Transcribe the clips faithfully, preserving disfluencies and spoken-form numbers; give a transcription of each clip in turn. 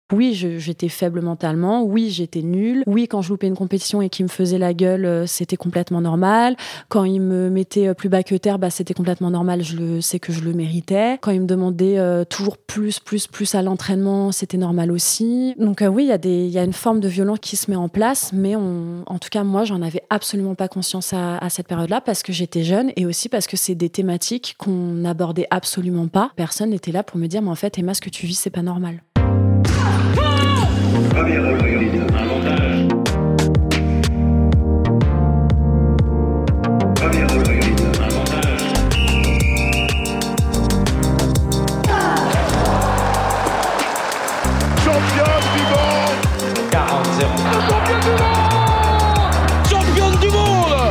Oui, je, j'étais faible mentalement. Oui, j'étais nulle. Oui, quand je loupais une compétition et qu'il me faisait la gueule, euh, c'était complètement normal. Quand il me mettait plus bas que terre, bah, c'était complètement normal. Je le sais que je le méritais. Quand il me demandait euh, toujours plus, plus, plus à l'entraînement, c'était normal aussi. Donc euh, oui, il y a des, il y a une forme de violence qui se met en place, mais on, en tout cas, moi, j'en avais absolument pas conscience à, à cette période-là parce que j'étais jeune et aussi parce que c'est des thématiques qu'on n'abordait absolument pas. Personne n'était là pour me dire, mais en fait, Emma, ce que tu vis, c'est pas normal. Premier règle, un montage. Premier règle, un montage. Championne du monde. quarante zéro. Championne du monde. Championne du monde.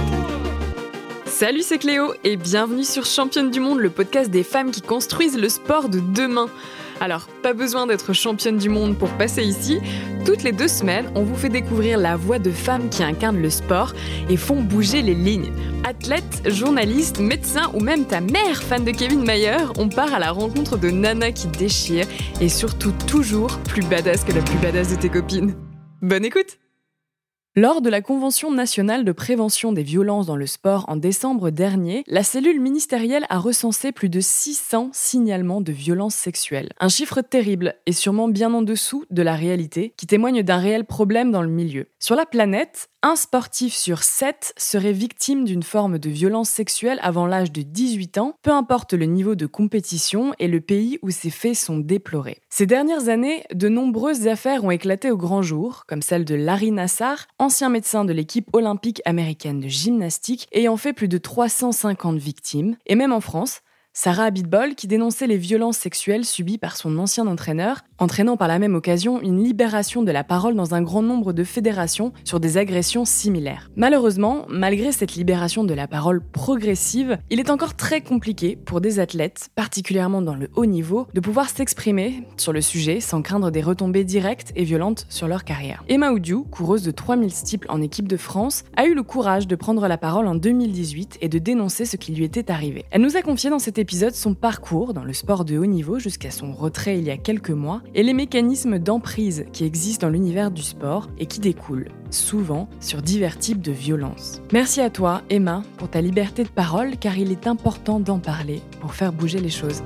Salut, c'est Cléo et bienvenue sur Championne du monde, le podcast des femmes qui construisent le sport de demain. Alors, pas besoin d'être championne du monde pour passer ici. Toutes les deux semaines, on vous fait découvrir la voix de femmes qui incarnent le sport et font bouger les lignes. Athlètes, journalistes, médecins ou même ta mère, fan de Kevin Mayer, on part à la rencontre de nanas qui déchirent et surtout toujours plus badass que la plus badass de tes copines. Bonne écoute! Lors de la Convention nationale de prévention des violences dans le sport en décembre dernier, la cellule ministérielle a recensé plus de six cents signalements de violences sexuelles. Un chiffre terrible et sûrement bien en dessous de la réalité, qui témoigne d'un réel problème dans le milieu. Sur la planète, un sportif sur sept serait victime d'une forme de violence sexuelle avant l'âge de dix-huit ans, peu importe le niveau de compétition et le pays où ces faits sont déplorés. Ces dernières années, de nombreuses affaires ont éclaté au grand jour, comme celle de Larry Nassar, ancien médecin de l'équipe olympique américaine de gymnastique, ayant fait plus de trois cent cinquante victimes, et même en France, Sarah Abitbol qui dénonçait les violences sexuelles subies par son ancien entraîneur, entraînant par la même occasion une libération de la parole dans un grand nombre de fédérations sur des agressions similaires. Malheureusement, malgré cette libération de la parole progressive, il est encore très compliqué pour des athlètes, particulièrement dans le haut niveau, de pouvoir s'exprimer sur le sujet sans craindre des retombées directes et violentes sur leur carrière. Emma Oudiou, coureuse de trois mille steeples en équipe de France, a eu le courage de prendre la parole en deux mille dix-huit et de dénoncer ce qui lui était arrivé. Elle nous a confié dans cet épisode son parcours dans le sport de haut niveau jusqu'à son retrait il y a quelques mois et les mécanismes d'emprise qui existent dans l'univers du sport et qui découlent, souvent, sur divers types de violences. Merci à toi, Emma, pour ta liberté de parole car il est important d'en parler pour faire bouger les choses.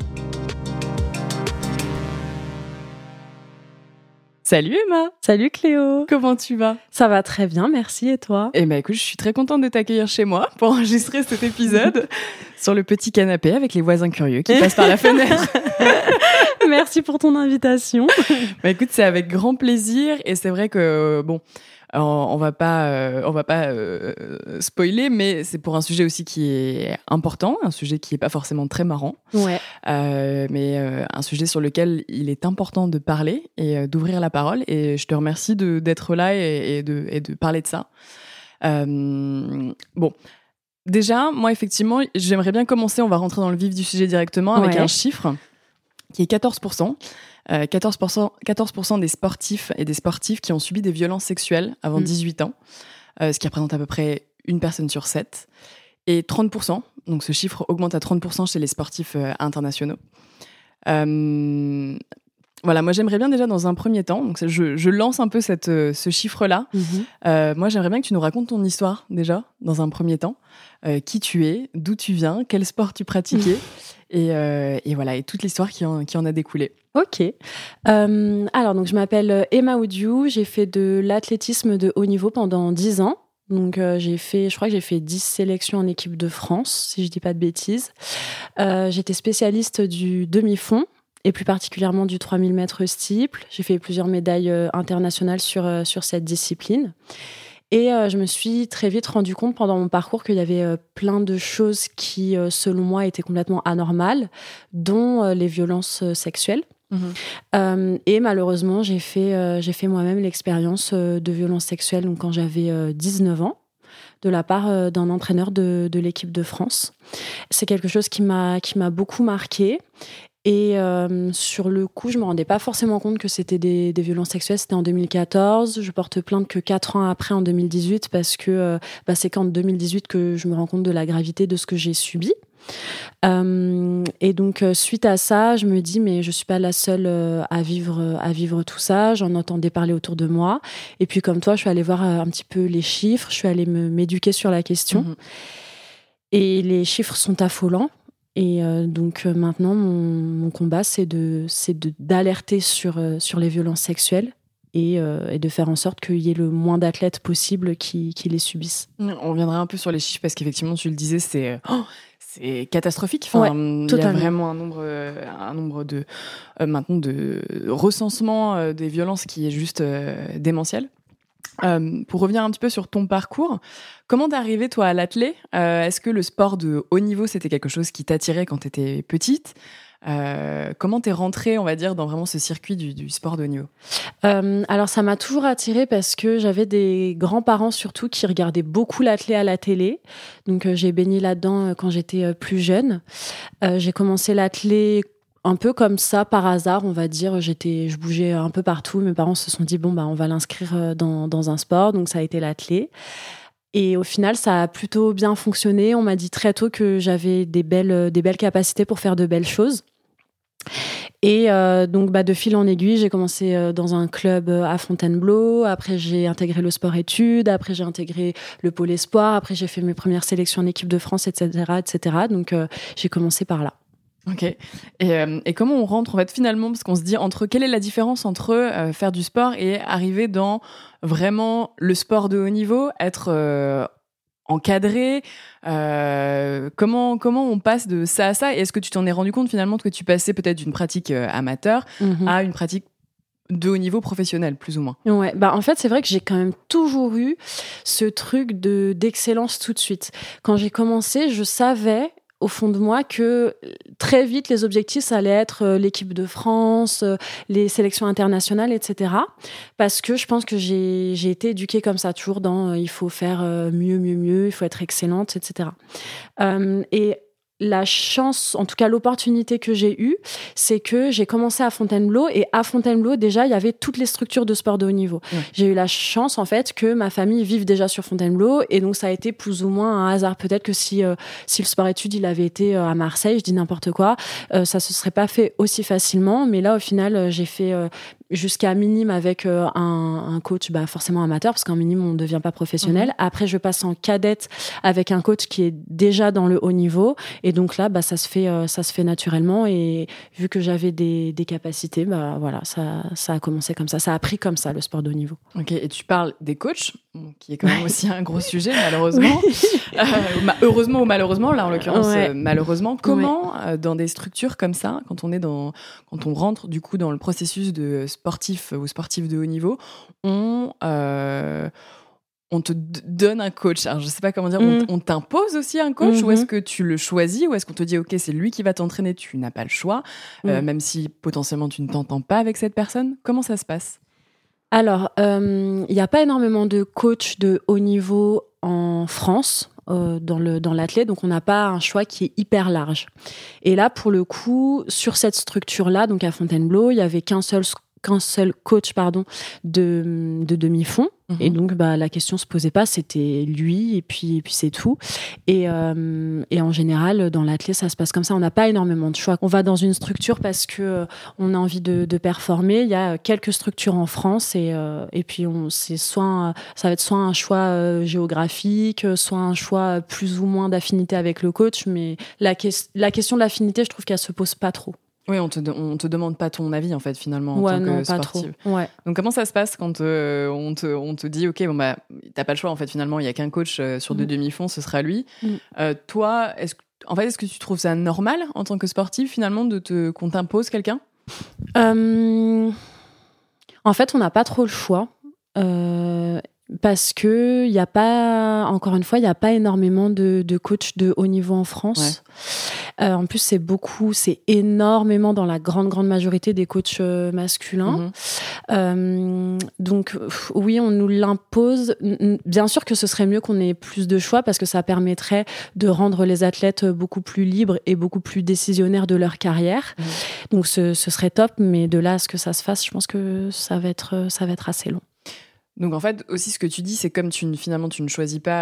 Salut Emma! Salut Cléo! Comment tu vas? Ça va très bien, merci, et toi? Eh ben écoute, je suis très contente de t'accueillir chez moi pour enregistrer cet épisode sur le petit canapé avec les voisins curieux qui passent par la fenêtre. Merci pour ton invitation. Bah écoute, c'est avec grand plaisir et c'est vrai que bon, on, on va pas, euh, on va pas euh, spoiler, mais c'est pour un sujet aussi qui est important, un sujet qui est pas forcément très marrant, Ouais. euh, mais euh, un sujet sur lequel il est important de parler et euh, d'ouvrir la parole. Et je te remercie de d'être là et, et de et de parler de ça. Euh, bon. Déjà, moi, effectivement, j'aimerais bien commencer, on va rentrer dans le vif du sujet directement, avec Ouais. un chiffre qui est quatorze pour cent. Euh, quatorze pour cent, quatorze pour cent des sportifs et des sportives qui ont subi des violences sexuelles avant mmh. dix-huit ans, euh, ce qui représente à peu près une personne sur sept. Et trente pour cent, donc ce chiffre augmente à trente pour cent chez les sportifs euh, internationaux. Euh, Voilà, moi j'aimerais bien déjà dans un premier temps, donc je, je lance un peu cette, euh, ce chiffre-là. Mmh. Euh, moi j'aimerais bien que tu nous racontes ton histoire déjà, dans un premier temps. Euh, qui tu es, d'où tu viens, quel sport tu pratiquais, mmh. et, euh, et voilà, et toute l'histoire qui en, qui en a découlé. Ok. Euh, alors, donc, je m'appelle Emma Oudiou, j'ai fait de l'athlétisme de haut niveau pendant dix ans. Donc, euh, j'ai fait, je crois que j'ai fait dix sélections en équipe de France, si je dis pas de bêtises. Euh, j'étais spécialiste du demi-fond, et plus particulièrement du trois mille mètres steeple. J'ai fait plusieurs médailles euh, internationales sur, euh, sur cette discipline. Et euh, je me suis très vite rendu compte pendant mon parcours qu'il y avait euh, plein de choses qui, euh, selon moi, étaient complètement anormales, dont euh, les violences euh, sexuelles. Mmh. Euh, et malheureusement, j'ai fait, euh, j'ai fait moi-même l'expérience euh, de violences sexuelles donc, quand j'avais euh, dix-neuf ans, de la part euh, d'un entraîneur de, de l'équipe de France. C'est quelque chose qui m'a, qui m'a beaucoup marquée. Et euh, sur le coup, je me rendais pas forcément compte que c'était des, des violences sexuelles. C'était en deux mille quatorze. Je porte plainte que quatre ans après, en deux mille dix-huit, parce que euh, bah, c'est qu'en deux mille dix-huit que je me rends compte de la gravité de ce que j'ai subi. Euh, et donc, euh, suite à ça, je me dis, mais je suis pas la seule euh, à vivre, à vivre tout ça. J'en entendais parler autour de moi. Et puis, comme toi, je suis allée voir euh, un petit peu les chiffres. Je suis allée me, m'éduquer sur la question. Mmh. Et les chiffres sont affolants. Et euh, donc euh, maintenant, mon, mon combat, c'est, de, c'est de, d'alerter sur, euh, sur les violences sexuelles et, euh, et de faire en sorte qu'il y ait le moins d'athlètes possible qui, qui les subissent. On reviendra un peu sur les chiffres parce qu'effectivement, tu le disais, c'est, oh, c'est catastrophique. Enfin, ouais, il y a vraiment un nombre, un nombre de, euh, maintenant de recensement euh, des violences qui est juste euh, démentiel. Euh, pour revenir un petit peu sur ton parcours, comment t'es arrivée, toi, à l'athlé ? euh, Est-ce que le sport de haut niveau, c'était quelque chose qui t'attirait quand t'étais petite ? euh, Comment t'es rentrée, on va dire, dans vraiment ce circuit du, du sport de haut niveau ? euh, Alors, ça m'a toujours attirée parce que j'avais des grands-parents, surtout, qui regardaient beaucoup l'athlé à la télé. Donc, euh, j'ai baigné là-dedans euh, quand j'étais euh, plus jeune. Euh, j'ai commencé l'athlé un peu comme ça, par hasard, on va dire. J'étais, je bougeais un peu partout. Mes parents se sont dit, bon, bah, on va l'inscrire dans, dans un sport. Donc, ça a été l'athlé. Et au final, ça a plutôt bien fonctionné. On m'a dit très tôt que j'avais des belles, des belles capacités pour faire de belles choses. Et euh, donc, bah, de fil en aiguille, j'ai commencé dans un club à Fontainebleau. Après, j'ai intégré le sport-études. Après, j'ai intégré le pôle espoir. Après, j'ai fait mes premières sélections en équipe de France, et cetera, et cetera. Donc, euh, j'ai commencé par là. Ok. Et, euh, et comment on rentre en fait finalement, parce qu'on se dit entre quelle est la différence entre euh, faire du sport et arriver dans vraiment le sport de haut niveau, être euh, encadré, euh, comment comment on passe de ça à ça, et est-ce que tu t'en es rendu compte finalement que tu passais peut-être d'une pratique euh, amateur mmh. à une pratique de haut niveau professionnel, plus ou moins? Ouais, bah en fait, c'est vrai que j'ai quand même toujours eu ce truc de d'excellence tout de suite. Quand j'ai commencé, je savais au fond de moi que très vite, les objectifs, ça allait être l'équipe de France, les sélections internationales, et cetera. Parce que je pense que j'ai, j'ai été éduquée comme ça, toujours dans euh, il faut faire mieux, mieux, mieux, il faut être excellente, et cetera. Euh, et la chance, en tout cas l'opportunité que j'ai eue, c'est que j'ai commencé à Fontainebleau, et à Fontainebleau, déjà, il y avait toutes les structures de sport de haut niveau. Ouais. J'ai eu la chance, en fait, que ma famille vive déjà sur Fontainebleau, et donc ça a été plus ou moins un hasard. Peut-être que si, euh, si le sport-études, il avait été euh, à Marseille, je dis n'importe quoi, euh, ça se serait pas fait aussi facilement, mais là, au final, euh, j'ai fait... Euh, jusqu'à minime avec euh, un, un coach bah, forcément amateur, parce qu'en minime on ne devient pas professionnel. Mmh. Après je passe en cadette avec un coach qui est déjà dans le haut niveau, et donc là bah, ça, se fait, euh, ça se fait naturellement, et vu que j'avais des, des capacités, bah, voilà, ça, ça a commencé comme ça, ça a pris comme ça le sport de haut niveau. Ok, et tu parles des coachs, qui est quand même aussi un gros sujet malheureusement. Oui. euh, ma- heureusement ou malheureusement, là en l'occurrence ouais. euh, malheureusement. Comment ouais. euh, dans des structures comme ça, quand on est dans, quand on rentre du coup dans le processus de sportif ou sportif de haut niveau, on, euh, on te d- donne un coach. Alors, je ne sais pas comment dire, mmh. on, on t'impose aussi un coach, mmh. ou est-ce que tu le choisis, ou est-ce qu'on te dit, OK, c'est lui qui va t'entraîner, tu n'as pas le choix, mmh. euh, même si potentiellement tu ne t'entends pas avec cette personne? Comment ça se passe? Alors, il euh, n'y a pas énormément de coachs de haut niveau en France. Euh, dans, le, dans l'athlète, donc on n'a pas un choix qui est hyper large. Et là, pour le coup, sur cette structure-là, donc à Fontainebleau, il n'y avait qu'un seul, qu'un seul coach pardon, de, de demi-fond. Mmh. Et donc, bah, la question ne se posait pas, c'était lui, et puis, et puis c'est tout. Et, euh, et en général, dans l'athlète, ça se passe comme ça. On n'a pas énormément de choix. On va dans une structure parce qu'on euh, a envie de, de performer. Il y a quelques structures en France, et, euh, et puis on, c'est soit, ça va être soit un choix euh, géographique, soit un choix plus ou moins d'affinité avec le coach. Mais la, que- la question de l'affinité, je trouve qu'elle ne se pose pas trop. Oui, on te, on te demande pas ton avis, en fait, finalement, en ouais, tant non, que sportive. Pas trop. Ouais. Donc, comment ça se passe quand euh, on, te, on te dit, OK, bon, bah, t'as pas le choix, en fait, finalement, il y a qu'un coach euh, sur mmh. deux demi-fonds, ce sera lui. Mmh. Euh, toi, est-ce, en fait, est-ce que tu trouves ça normal, en tant que sportive, finalement, de te, qu'on t'impose quelqu'un? euh... En fait, on n'a pas trop le choix. Euh... Parce que il y a pas, encore une fois, il y a pas énormément de, de coachs de haut niveau en France. Ouais. Euh, en plus, c'est beaucoup, c'est énormément dans la grande grande majorité des coachs euh, masculins. Mm-hmm. Euh, donc oui, on nous l'impose. Bien sûr que ce serait mieux qu'on ait plus de choix, parce que ça permettrait de rendre les athlètes beaucoup plus libres et beaucoup plus décisionnaires de leur carrière. Mm-hmm. Donc ce, ce serait top, mais de là à ce que ça se fasse, je pense que ça va être, ça va être assez long. Donc en fait, aussi ce que tu dis, c'est comme tu, finalement tu ne choisis pas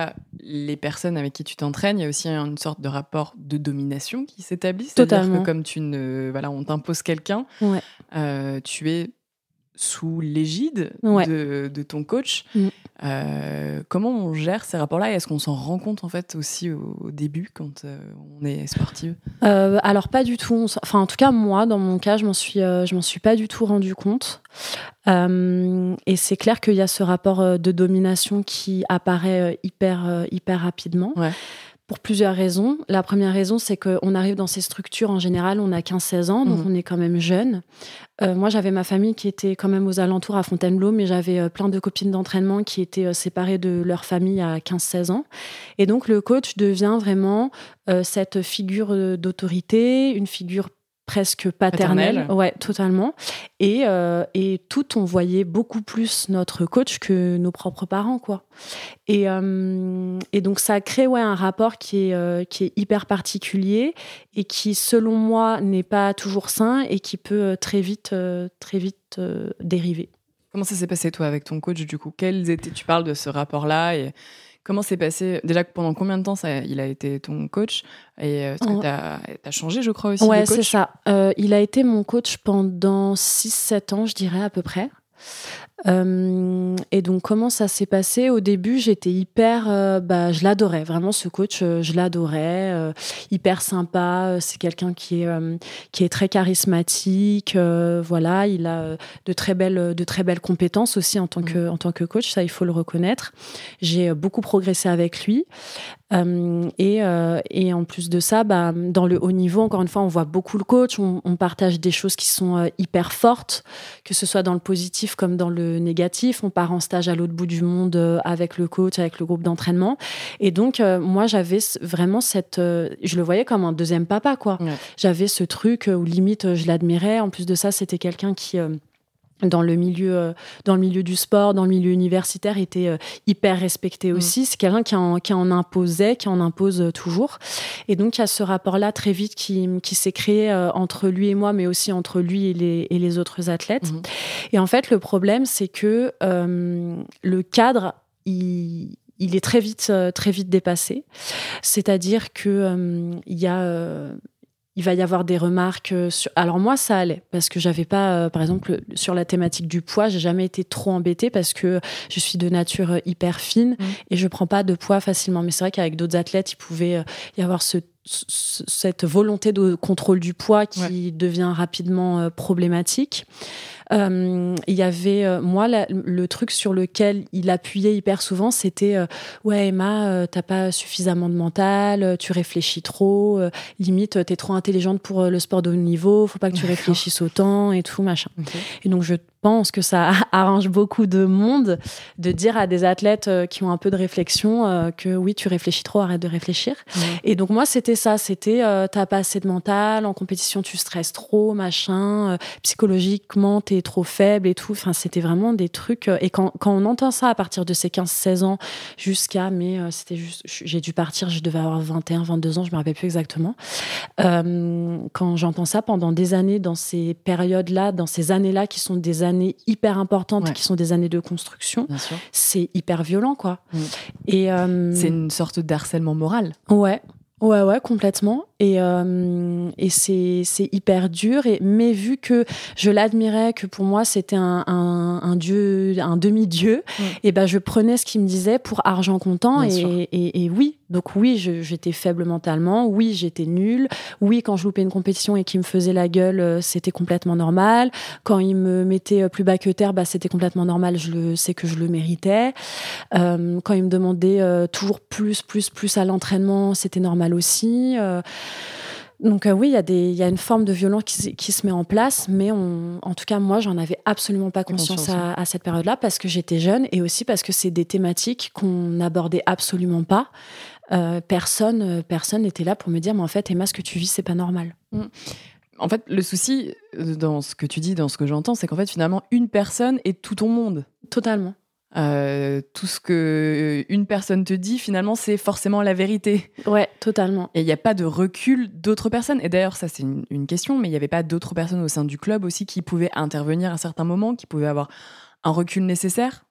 les personnes avec qui tu t'entraînes, il y a aussi une sorte de rapport de domination qui s'établit. C'est-à-dire Totalement. que comme tu ne, voilà, on t'impose quelqu'un, ouais. euh, tu es sous l'égide ouais. de, de ton coach. Mm. Euh, comment on gère ces rapports-là et est-ce qu'on s'en rend compte en fait aussi au, au début quand euh, on est sportive? euh, Alors pas du tout. Enfin en tout cas moi dans mon cas je m'en suis euh, je m'en suis pas du tout rendu compte. Euh, et c'est clair qu'il y a ce rapport de domination qui apparaît hyper hyper rapidement. Ouais. Pour plusieurs raisons. La première raison, c'est qu'on arrive dans ces structures, en général, on a quinze seize ans, donc mmh. on est quand même jeune. Euh, moi, j'avais ma famille qui était quand même aux alentours à Fontainebleau, mais j'avais euh, plein de copines d'entraînement qui étaient euh, séparées de leur famille à quinze seize ans. Et donc, le coach devient vraiment euh, cette figure d'autorité, une figure presque paternelle, paternelle. Ouais, totalement. Et, euh, et tout, on voyait beaucoup plus notre coach que nos propres parents, quoi. Et, euh, et donc, ça crée ouais, un rapport qui est, euh, qui est hyper particulier et qui, selon moi, n'est pas toujours sain et qui peut très vite, euh, très vite euh, dériver. Comment ça s'est passé, toi, avec ton coach, du coup? Quels étaient... Tu parles de ce rapport-là et... Comment c'est passé? Déjà, pendant combien de temps ça, il a été ton coach? Et euh, tu as changé, je crois, aussi ouais, de coach? Ouais, c'est ça. Euh, il a été mon coach pendant six sept ans, je dirais, à peu près. Euh, et donc, comment ça s'est passé? Au début, j'étais hyper... Euh, bah, je l'adorais. Vraiment, ce coach, euh, je l'adorais. Euh, hyper sympa. C'est quelqu'un qui est, euh, qui est très charismatique. Euh, voilà, il a de très belles, de très belles compétences aussi en tant que, en tant que coach. Ça, il faut le reconnaître. J'ai beaucoup progressé avec lui. Euh, et, euh, et en plus de ça, bah, dans le haut niveau, encore une fois, on voit beaucoup le coach, on, on partage des choses qui sont euh, hyper fortes, que ce soit dans le positif comme dans le négatif. On part en stage à l'autre bout du monde euh, avec le coach, avec le groupe d'entraînement. Et donc, euh, moi, j'avais vraiment cette... Euh, je le voyais comme un deuxième papa, quoi. Ouais. J'avais ce truc où limite, je l'admirais. En plus de ça, c'était quelqu'un qui... Euh, dans le milieu euh, dans le milieu du sport, dans le milieu universitaire, était euh, hyper respecté aussi. Mmh. C'est quelqu'un qui en, qui en imposait, qui en impose euh, toujours. Et donc, il y a ce rapport-là très vite qui, qui s'est créé euh, entre lui et moi, mais aussi entre lui et les, et les autres athlètes. Mmh. Et en fait, le problème, c'est que euh, le cadre, il... il est très vite, euh, très vite dépassé. C'est-à-dire que euh, il y a... Euh, il va y avoir des remarques sur... Alors moi, ça allait, parce que j'avais pas... Euh, par exemple, sur la thématique du poids, j'ai jamais été trop embêtée parce que je suis de nature hyper fine mmh. et je prends pas de poids facilement. Mais c'est vrai qu'avec d'autres athlètes, il pouvait y avoir ce, ce, cette volonté de contrôle du poids qui ouais. devient rapidement euh, problématique. Euh, il y avait euh, moi la, le truc sur lequel il appuyait hyper souvent, c'était euh, ouais Emma, euh, t'as pas suffisamment de mental, tu réfléchis trop, euh, limite t'es trop intelligente pour euh, le sport de haut niveau, faut pas que tu D'accord. réfléchisses autant et tout machin. Okay. Et donc je pense que ça arrange beaucoup de monde de dire à des athlètes euh, qui ont un peu de réflexion euh, que oui tu réfléchis trop, arrête de réfléchir. Mmh. Et donc moi c'était ça, c'était euh, t'as pas assez de mental, en compétition tu stresses trop machin, euh, psychologiquement t'es trop faible et tout. Enfin, c'était vraiment des trucs. Et quand, quand on entend ça à partir de ces quinze seize ans jusqu'à, mais euh, c'était juste, j'ai dû partir, je devais avoir vingt et un, vingt-deux ans, je me rappelle plus exactement. Euh, quand j'entends ça pendant des années, dans ces périodes-là, dans ces années-là qui sont des années hyper importantes, ouais. qui sont des années de construction, c'est hyper violent, quoi. Mmh. Et, euh, c'est une sorte d'harcèlement moral. Ouais. Ouais, ouais, complètement. Et, euh, et c'est, c'est hyper dur. Et, mais vu que je l'admirais, que pour moi, c'était un, un, un dieu, un demi-dieu, mmh. et ben, je prenais ce qu'il me disait pour argent comptant. Et, et, et, et oui, donc oui, je, j'étais faible mentalement. Oui, j'étais nulle. Oui, quand je loupais une compétition et qu'il me faisait la gueule, c'était complètement normal. Quand il me mettait plus bas que terre, bah, c'était complètement normal. Je le sais que je le méritais. Euh, quand il me demandait euh, toujours plus, plus, plus à l'entraînement, c'était normal aussi. Euh, donc euh, oui, il y a des, il y a une forme de violence qui, qui se met en place, mais on, en tout cas moi, j'en avais absolument pas conscience, conscience à, à cette période-là parce que j'étais jeune et aussi parce que c'est des thématiques qu'on n'abordait absolument pas. Euh, personne, personne n'était là pour me dire, mais en fait, Emma, ce que tu vis, c'est pas normal. Mmh. En fait, le souci dans ce que tu dis, dans ce que j'entends, c'est qu'en fait, finalement, une personne est tout ton monde. Totalement. Euh, tout ce que une personne te dit, finalement, c'est forcément la vérité. Ouais, totalement. Et il n'y a pas de recul d'autres personnes. Et d'ailleurs, ça, c'est une, une question, mais il n'y avait pas d'autres personnes au sein du club aussi qui pouvaient intervenir à certains moments, qui pouvaient avoir un recul nécessaire?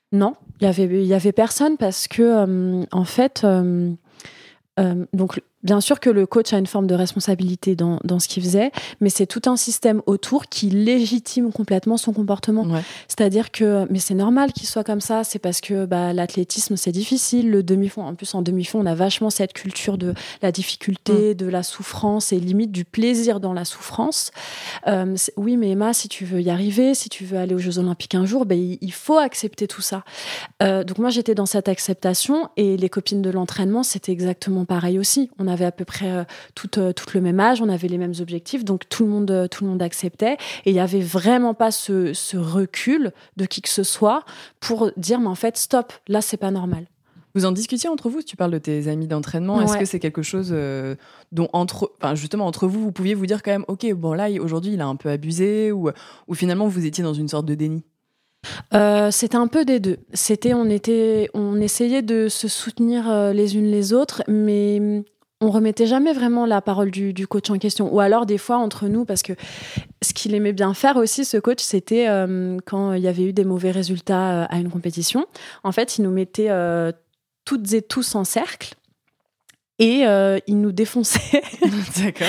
Non, il y avait, il y avait personne parce que, euh, en fait, euh, euh, donc bien sûr que le coach a une forme de responsabilité dans, dans ce qu'il faisait, mais c'est tout un système autour qui légitime complètement son comportement. Ouais. C'est-à-dire que, mais c'est normal qu'il soit comme ça, c'est parce que bah, l'athlétisme, c'est difficile, le demi-fond, en plus en demi-fond, on a vachement cette culture de la difficulté, mmh. de la souffrance et limite du plaisir dans la souffrance. Euh, oui, mais Emma, si tu veux y arriver, si tu veux aller aux Jeux Olympiques un jour, ben, il, il faut accepter tout ça. Euh, donc moi, j'étais dans cette acceptation et les copines de l'entraînement, c'était exactement pareil aussi. On avait à peu près euh, tout, euh, tout le même âge, on avait les mêmes objectifs, donc tout le monde, euh, tout le monde acceptait. Et il n'y avait vraiment pas ce, ce recul de qui que ce soit pour dire, mais en fait, stop, là, c'est pas normal. Vous en discutiez entre vous, si tu parles de tes amis d'entraînement, ouais. Est-ce que c'est quelque chose euh, dont, entre, enfin, justement, entre vous, vous pouviez vous dire quand même, ok, bon là, aujourd'hui, il a un peu abusé, ou, ou finalement, vous étiez dans une sorte de déni? Euh, c'était un peu des deux. C'était, on, était, on essayait de se soutenir euh, les unes les autres, mais on remettait jamais vraiment la parole du, du coach en question. Ou alors des fois entre nous, parce que ce qu'il aimait bien faire aussi, ce coach, c'était euh, quand il y avait eu des mauvais résultats euh, à une compétition. En fait, il nous mettait euh, toutes et tous en cercle. Et euh, il nous défonçait. D'accord.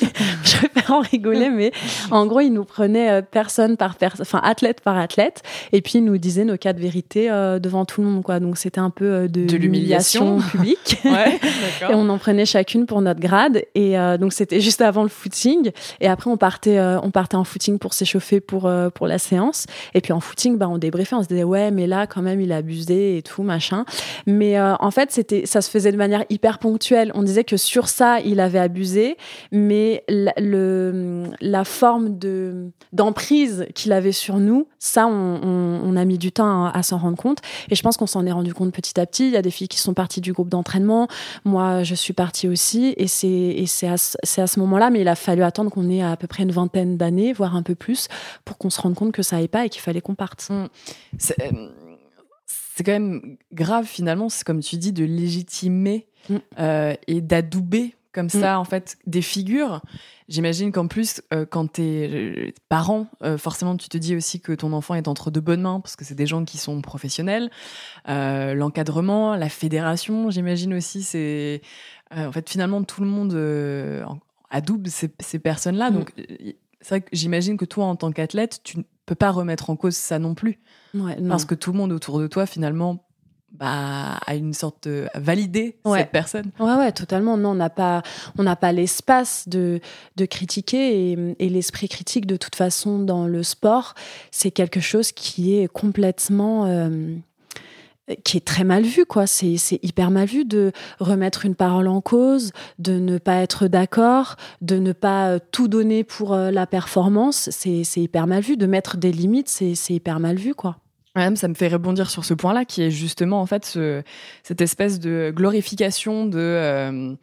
Je préfère en rigoler, mais en gros, il nous prenait euh, personne par personne, enfin athlète par athlète, et puis il nous disait nos cas de vérité euh, devant tout le monde, quoi. Donc c'était un peu euh, de, de l'humiliation publique. Ouais, d'accord. Et on en prenait chacune pour notre grade. Et euh, donc c'était juste avant le footing. Et après, on partait, euh, on partait en footing pour s'échauffer pour euh, pour la séance. Et puis en footing, bah on débriefait, on se disait ouais, mais là quand même il a abusé et tout machin. Mais euh, en fait, c'était, ça se faisait de manière hyper ponctuelle. On disait que sur ça, il avait abusé, mais la, le, la forme de, d'emprise qu'il avait sur nous, ça, on, on, on a mis du temps à, à s'en rendre compte. Et je pense qu'on s'en est rendu compte petit à petit. Il y a des filles qui sont parties du groupe d'entraînement. Moi, je suis partie aussi. Et c'est, et c'est, à, c'est à ce moment-là, mais il a fallu attendre qu'on ait à peu près une vingtaine d'années, voire un peu plus, pour qu'on se rende compte que ça n'allait pas et qu'il fallait qu'on parte. Mmh. C'est, euh, c'est quand même grave, finalement, c'est comme tu dis, de légitimer Mmh. Euh, et d'adouber comme ça, mmh. en fait, des figures. J'imagine qu'en plus, euh, quand t'es euh, parent, euh, forcément, tu te dis aussi que ton enfant est entre de bonnes mains, parce que c'est des gens qui sont professionnels. Euh, l'encadrement, la fédération, j'imagine aussi, c'est... Euh, en fait, finalement, tout le monde euh, adoube ces, ces personnes-là. Mmh. Donc, c'est vrai que j'imagine que toi, en tant qu'athlète, tu ne peux pas remettre en cause ça non plus. Ouais, non. Parce que tout le monde autour de toi, finalement... Bah, à une sorte de à valider ouais. cette personne. Ouais, ouais, totalement. Non, on n'a pas, on n'a pas l'espace de de critiquer et, et l'esprit critique de toute façon dans le sport, c'est quelque chose qui est complètement euh, qui est très mal vu, quoi. C'est c'est hyper mal vu de remettre une parole en cause, de ne pas être d'accord, de ne pas tout donner pour la performance. C'est c'est hyper mal vu. De mettre des limites, c'est c'est hyper mal vu, quoi. Ouais, ça me fait rebondir sur ce point-là, qui est justement en fait ce, cette espèce de glorification de, euh,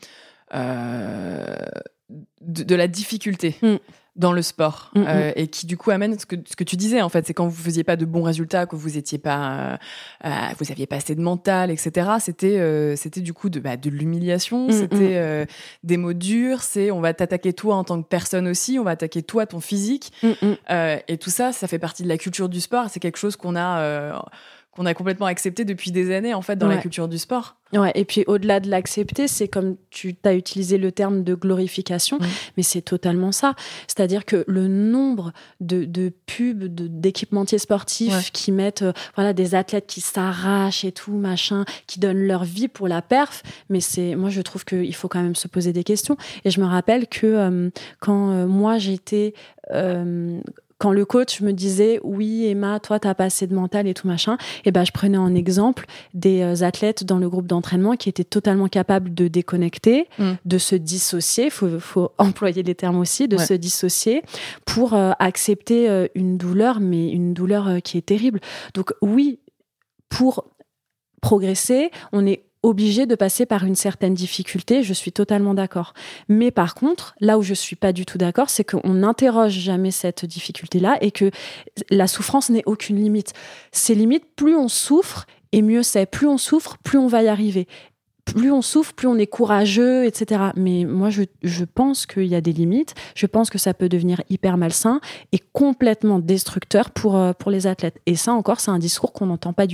euh, de, de la difficulté mm. dans le sport, mm-hmm. euh, et qui du coup amène ce que, ce que tu disais en fait, c'est quand vous faisiez pas de bons résultats, que vous étiez pas, euh, vous aviez pas assez de mental, et cetera. C'était, euh, c'était du coup de, bah, de l'humiliation, mm-hmm. c'était euh, des mots durs, c'est on va t'attaquer toi en tant que personne aussi, on va attaquer toi ton physique, mm-hmm. euh, et tout ça, ça fait partie de la culture du sport. C'est quelque chose qu'on a euh, qu'on a complètement accepté depuis des années en fait dans ouais. la culture du sport. Ouais, et puis au-delà de l'accepter, c'est comme tu as utilisé le terme de glorification, mmh. mais c'est totalement ça. C'est-à-dire que le nombre de, de pubs, de, d'équipementiers sportifs ouais. qui mettent euh, voilà, des athlètes qui s'arrachent et tout, machin, qui donnent leur vie pour la perf, mais c'est, moi je trouve qu'il faut quand même se poser des questions. Et je me rappelle que euh, quand euh, moi j'étais... Euh, Quand le coach me disait « Oui, Emma, toi, t'as pas assez de mental et tout machin », et ben, je prenais en exemple des euh, athlètes dans le groupe d'entraînement qui étaient totalement capables de déconnecter, mmh. de se dissocier, il faut, faut employer les termes aussi, de ouais. se dissocier pour euh, accepter euh, une douleur, mais une douleur euh, qui est terrible. Donc oui, pour progresser, on est obligé de passer par une certaine difficulté, je suis totalement d'accord. Mais par contre, là où je suis pas du tout d'accord, c'est qu'on n'interroge jamais cette difficulté-là et que la souffrance n'est aucune limite. Ces limites, plus on souffre, et mieux c'est. Plus on souffre, plus on va y arriver. Plus on souffre, plus on est courageux, et cetera. Mais moi, je, je pense qu'il y a des limites. Je pense que ça peut devenir hyper malsain et complètement destructeur pour, pour les athlètes. Et ça encore, c'est un discours qu'on n'entend pas du tout.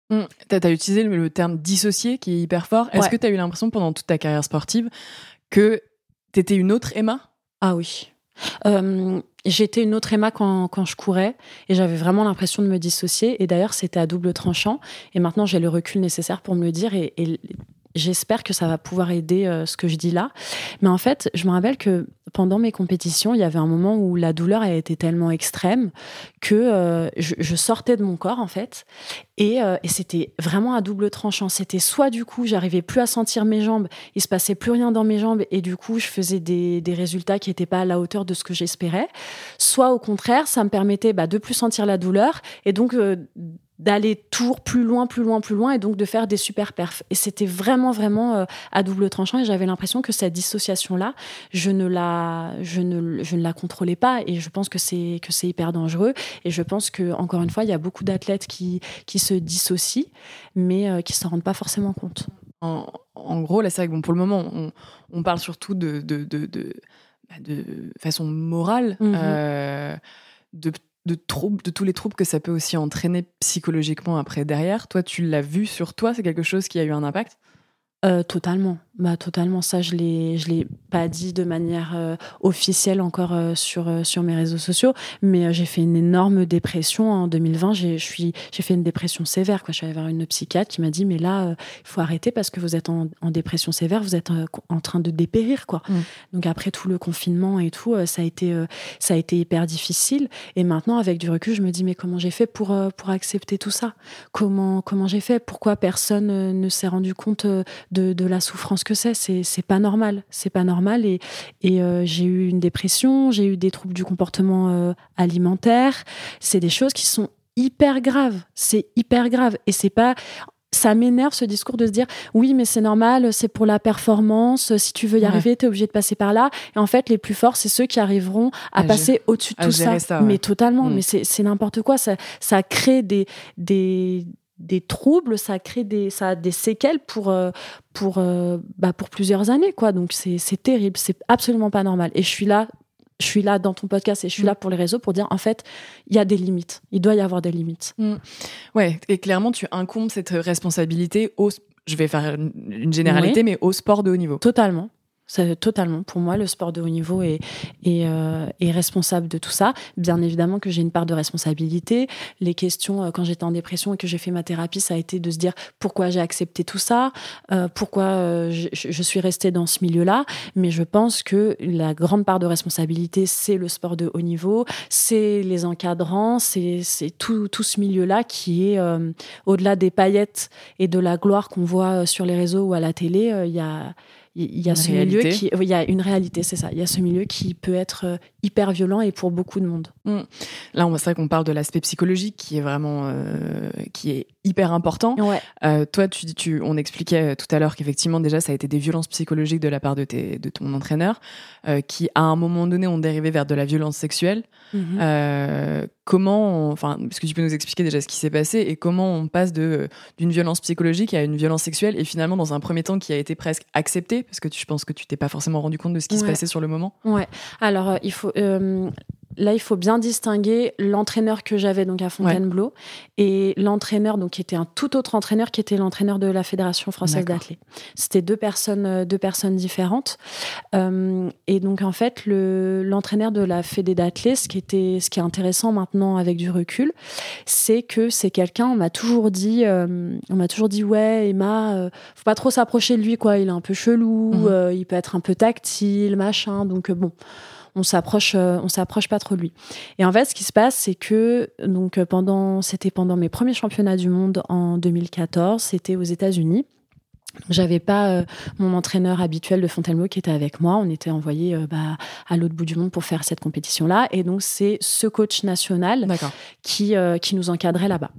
Mmh. T'as, t'as utilisé le, le terme dissocié qui est hyper fort. Est-ce ouais. que t'as eu l'impression pendant toute ta carrière sportive que t'étais une autre Emma ? Ah oui. Euh, j'étais une autre Emma quand, quand je courais et j'avais vraiment l'impression de me dissocier. Et d'ailleurs, c'était à double tranchant. Et maintenant, j'ai le recul nécessaire pour me le dire. Et, et j'espère que ça va pouvoir aider euh, ce que je dis là. Mais en fait, je me rappelle que pendant mes compétitions, il y avait un moment où la douleur a été tellement extrême que euh, je, je sortais de mon corps, en fait. Et, euh, et c'était vraiment à double tranchant. C'était soit, du coup, j'arrivais plus à sentir mes jambes, il se passait plus rien dans mes jambes, et du coup, je faisais des, des résultats qui n'étaient pas à la hauteur de ce que j'espérais. Soit, au contraire, ça me permettait bah, de plus sentir la douleur, et donc... Euh, d'aller toujours plus loin, plus loin, plus loin, et donc de faire des super perfs. Et c'était vraiment, vraiment euh, à double tranchant, et j'avais l'impression que cette dissociation-là, je ne la, je ne, je ne la contrôlais pas, et je pense que c'est, que c'est hyper dangereux, et je pense que, encore une fois, il y a beaucoup d'athlètes qui, qui se dissocient, mais euh, qui ne s'en rendent pas forcément compte. En, en gros, là, c'est vrai que bon, pour le moment, on, on parle surtout de, de, de, de, de façon morale, mm-hmm. euh, de de troubles, de tous les troubles que ça peut aussi entraîner psychologiquement après derrière. Toi, tu l'as vu sur toi, c'est quelque chose qui a eu un impact ? Euh, totalement, bah totalement. Ça, je l'ai, je l'ai pas dit de manière euh, officielle encore euh, sur euh, sur mes réseaux sociaux, mais euh, j'ai fait une énorme dépression en deux mille vingt. J'ai, je suis, j'ai fait une dépression sévère. Quoi, je suis allée voir une psychiatre qui m'a dit mais là, il euh, faut arrêter parce que vous êtes en, en dépression sévère, vous êtes euh, en train de dépérir, quoi. Mm. Donc après tout le confinement et tout, euh, ça a été euh, ça a été hyper difficile. Et maintenant, avec du recul, je me dis mais comment j'ai fait pour euh, pour accepter tout ça ? Comment comment j'ai fait ? Pourquoi personne euh, ne s'est rendu compte euh, De, de la souffrance que c'est, c'est, c'est pas normal, c'est pas normal et, et euh, j'ai eu une dépression, j'ai eu des troubles du comportement euh, alimentaire, c'est des choses qui sont hyper graves, c'est hyper grave et c'est pas, ça m'énerve ce discours de se dire oui mais c'est normal, c'est pour la performance, si tu veux y ouais. arriver t'es obligé de passer par là et en fait les plus forts c'est ceux qui arriveront à, à passer gérer, au-dessus de tout ça, ça ouais. mais totalement, mmh. mais c'est, c'est n'importe quoi, ça, ça crée des, des des troubles, ça crée des, ça a des séquelles pour, euh, pour, euh, bah pour plusieurs années, quoi. Donc, c'est, c'est terrible, c'est absolument pas normal. Et je suis là, je suis là dans ton podcast et je suis mmh. là pour les réseaux pour dire, en fait, il y a des limites. Il doit y avoir des limites. Mmh. Ouais, et clairement, tu incombes cette responsabilité au, je vais faire une généralité, oui. mais au sport de haut niveau. Totalement. C'est totalement. Pour moi, le sport de haut niveau est, est, euh, est responsable de tout ça. Bien évidemment que j'ai une part de responsabilité. Les questions, euh, quand j'étais en dépression et que j'ai fait ma thérapie, ça a été de se dire pourquoi j'ai accepté tout ça, euh, pourquoi euh, je, je suis restée dans ce milieu-là. Mais je pense que la grande part de responsabilité, c'est le sport de haut niveau, c'est les encadrants, c'est, c'est tout, tout ce milieu-là qui est, euh, au-delà des paillettes et de la gloire qu'on voit sur les réseaux ou à la télé, il euh, y a... Il y a une ce réalité. milieu qui, il y a une réalité, c'est ça. Il y a ce milieu qui peut être hyper violent et pour beaucoup de monde. Mmh. Là, c'est vrai qu'on parle de l'aspect psychologique qui est vraiment, euh, qui est hyper important. Ouais. Euh, toi, tu, tu, on expliquait tout à l'heure qu'effectivement déjà ça a été des violences psychologiques de la part de, tes, de ton entraîneur, euh, qui à un moment donné ont dérivé vers de la violence sexuelle. Mmh. Euh, comment, enfin, est-ce que tu peux nous expliquer déjà ce qui s'est passé et comment on passe de d'une violence psychologique à une violence sexuelle et finalement dans un premier temps qui a été presque acceptée parce que tu, je pense que tu t'es pas forcément rendu compte de ce qui ouais. se passait sur le moment. Ouais. Alors euh, il faut euh, là il faut bien distinguer l'entraîneur que j'avais donc à Fontainebleau ouais. et l'entraîneur donc qui était un tout autre entraîneur qui était l'entraîneur de la Fédération française D'accord. d'athlé. C'était deux personnes deux personnes différentes euh, et donc en fait le l'entraîneur de la Fédé d'athlé, ce qui était ce qui est intéressant maintenant avec du recul, c'est que c'est quelqu'un, on m'a toujours dit euh, on m'a toujours dit ouais Emma euh, faut pas trop s'approcher de lui quoi, il est un peu chelou, mmh. euh, il peut être un peu tactile machin, donc euh, bon on s'approche euh, on s'approche pas trop de lui. Et en fait ce qui se passe c'est que donc pendant c'était pendant mes premiers championnats du monde en deux mille quatorze, c'était aux États-Unis. J'avais pas euh, mon entraîneur habituel de Fontainebleau qui était avec moi. On était envoyés euh, bah, à l'autre bout du monde pour faire cette compétition-là. Et donc, c'est ce coach national qui, euh, qui nous encadrait là-bas.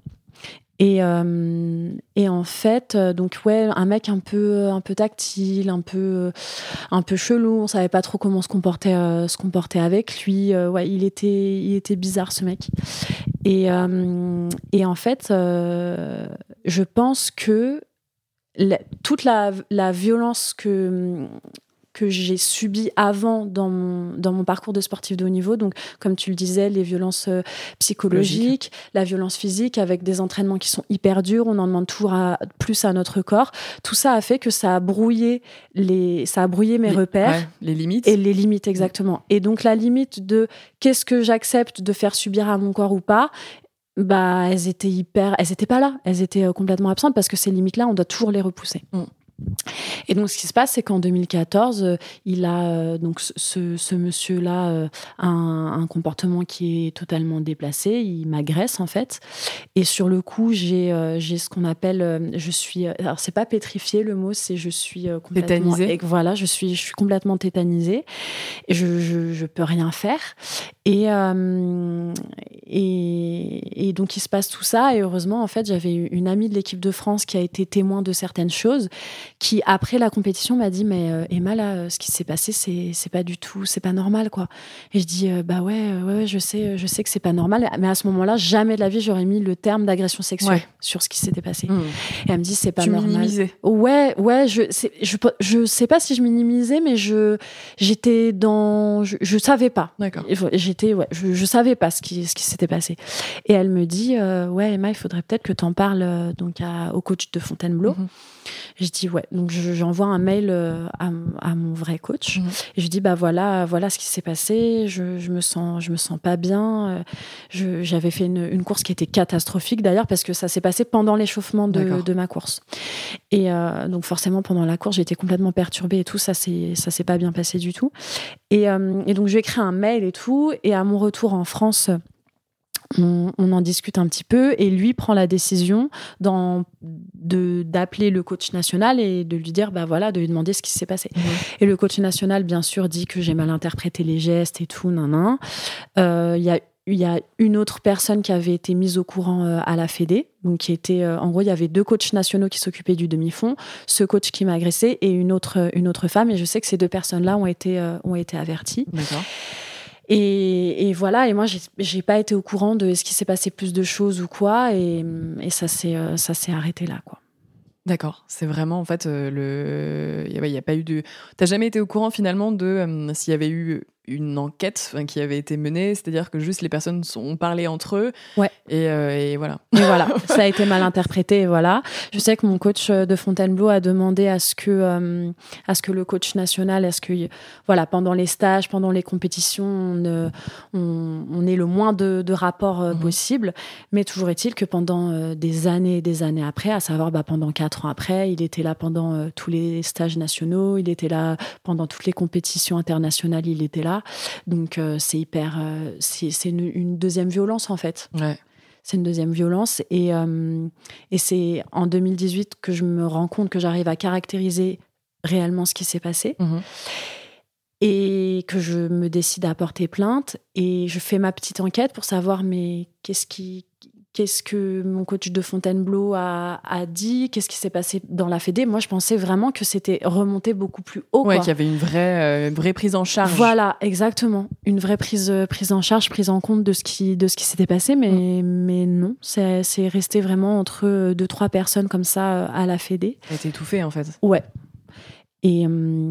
Et, euh, et en fait, euh, donc ouais, un mec un peu, un peu tactile, un peu, un peu chelou. On savait pas trop comment se comporter, euh, se comporter avec lui. Euh, ouais, il était, il était bizarre ce mec. Et, euh, et en fait, euh, je pense que La, toute la, la violence que, que j'ai subies avant dans mon, dans mon parcours de sportif de haut niveau. Donc, comme tu le disais, les violences euh, psychologiques, Logique. La violence physique avec des entraînements qui sont hyper durs. On en demande toujours à, plus à notre corps. Tout ça a fait que ça a brouillé, les, ça a brouillé mes les, repères. Ouais, les limites. Et les limites, exactement. Et donc, la limite de qu'est-ce que j'accepte de faire subir à mon corps ou pas, bah, elles étaient hyper, elles étaient pas là. Elles étaient euh, complètement absentes parce que ces limites-là, on doit toujours les repousser. Mm. Et donc, ce qui se passe, c'est qu'en deux mille quatorze, euh, il a euh, donc ce, ce monsieur-là euh, un, un comportement qui est totalement déplacé. Il m'agresse en fait. Et sur le coup, j'ai euh, j'ai ce qu'on appelle, euh, je suis, alors c'est pas pétrifié le mot, c'est je suis euh, complètement tétanisée. Et voilà, je suis, je suis complètement tétanisée. Et je, je, je peux rien faire. Et, euh, et et donc il se passe tout ça. Et heureusement, en fait, j'avais une amie de l'équipe de France qui a été témoin de certaines choses, qui après la compétition m'a dit mais euh, Emma là ce qui s'est passé c'est c'est pas du tout c'est pas normal quoi. Et je dis euh, bah ouais, ouais ouais je sais je sais que c'est pas normal, mais à ce moment-là jamais de la vie j'aurais mis le terme d'agression sexuelle ouais. sur ce qui s'était passé. Mmh. Et elle me dit c'est pas tu normal. Minimisais. Ouais ouais je c'est, je je sais pas si je minimisais, mais je j'étais dans je, je savais pas. D'accord. J'étais ouais je, je savais pas ce qui ce qui s'était passé. Et elle me dit euh, ouais Emma il faudrait peut-être que t'en parles euh, donc à, au coach de Fontainebleau. Mmh. Je dis ouais, donc je, j'envoie un mail à, à mon vrai coach. Mmh. Et je dis bah voilà, voilà ce qui s'est passé. Je, je me sens, je me sens pas bien. Je, j'avais fait une, une course qui était catastrophique d'ailleurs parce que ça s'est passé pendant l'échauffement de, de ma course. Et euh, donc forcément pendant la course j'étais complètement perturbée et tout. Ça c'est, ça s'est pas bien passé du tout. Et, euh, et donc je lui ai écrit un mail et tout. Et à mon retour en France, On, on en discute un petit peu et lui prend la décision dans, de, d'appeler le coach national et de lui dire, bah voilà, de lui demander ce qui s'est passé. Mmh. Et le coach national, bien sûr, dit que j'ai mal interprété les gestes et tout, nan, nan. Euh, y a Il y a une autre personne qui avait été mise au courant euh, à la Fédé, donc qui était, euh, en gros, il y avait deux coachs nationaux qui s'occupaient du demi-fond, ce coach qui m'a agressé et une autre, une autre femme. Et je sais que ces deux personnes-là ont été, euh, ont été averties. D'accord. Et, et voilà, et moi, j'ai, j'ai pas été au courant de ce qui s'est passé plus de choses ou quoi, et, et ça, s'est, ça s'est arrêté là, quoi. D'accord, c'est vraiment en fait euh, le. Il n'y a, a pas eu de. T'as jamais été au courant finalement de euh, s'il y avait eu une enquête qui avait été menée, c'est-à-dire que juste les personnes ont parlé entre eux. Ouais. Et, euh, et voilà. Et voilà, ça a été mal interprété. Et voilà. Je sais que mon coach de Fontainebleau a demandé à ce que, euh, à ce que le coach national, à ce que, voilà, pendant les stages, pendant les compétitions, on, on, on ait le moins de, de rapports euh, mmh. possible. Mais toujours est-il que pendant euh, des années et des années après, à savoir bah, pendant quatre ans après, il était là pendant euh, tous les stages nationaux, il était là pendant toutes les compétitions internationales, il était là. Donc euh, c'est hyper, euh, c'est, c'est une, une deuxième violence en fait. Ouais. C'est une deuxième violence et euh, et c'est en deux mille dix-huit que je me rends compte que j'arrive à caractériser réellement ce qui s'est passé mmh. et que je me décide à porter plainte et je fais ma petite enquête pour savoir mais qu'est-ce qui Qu'est-ce que mon coach de Fontainebleau a, a dit? Qu'est-ce qui s'est passé dans la Fédé? Moi, je pensais vraiment que c'était remonté beaucoup plus haut. Ouais, quoi. qu'il y avait une vraie, euh, une vraie prise en charge. Voilà, exactement. Une vraie prise, prise en charge, prise en compte de ce qui, de ce qui s'était passé. Mais, mmh. mais non, c'est, c'est resté vraiment entre deux, trois personnes comme ça à la Fédé. Ça a été étouffé, en fait. Ouais. Et,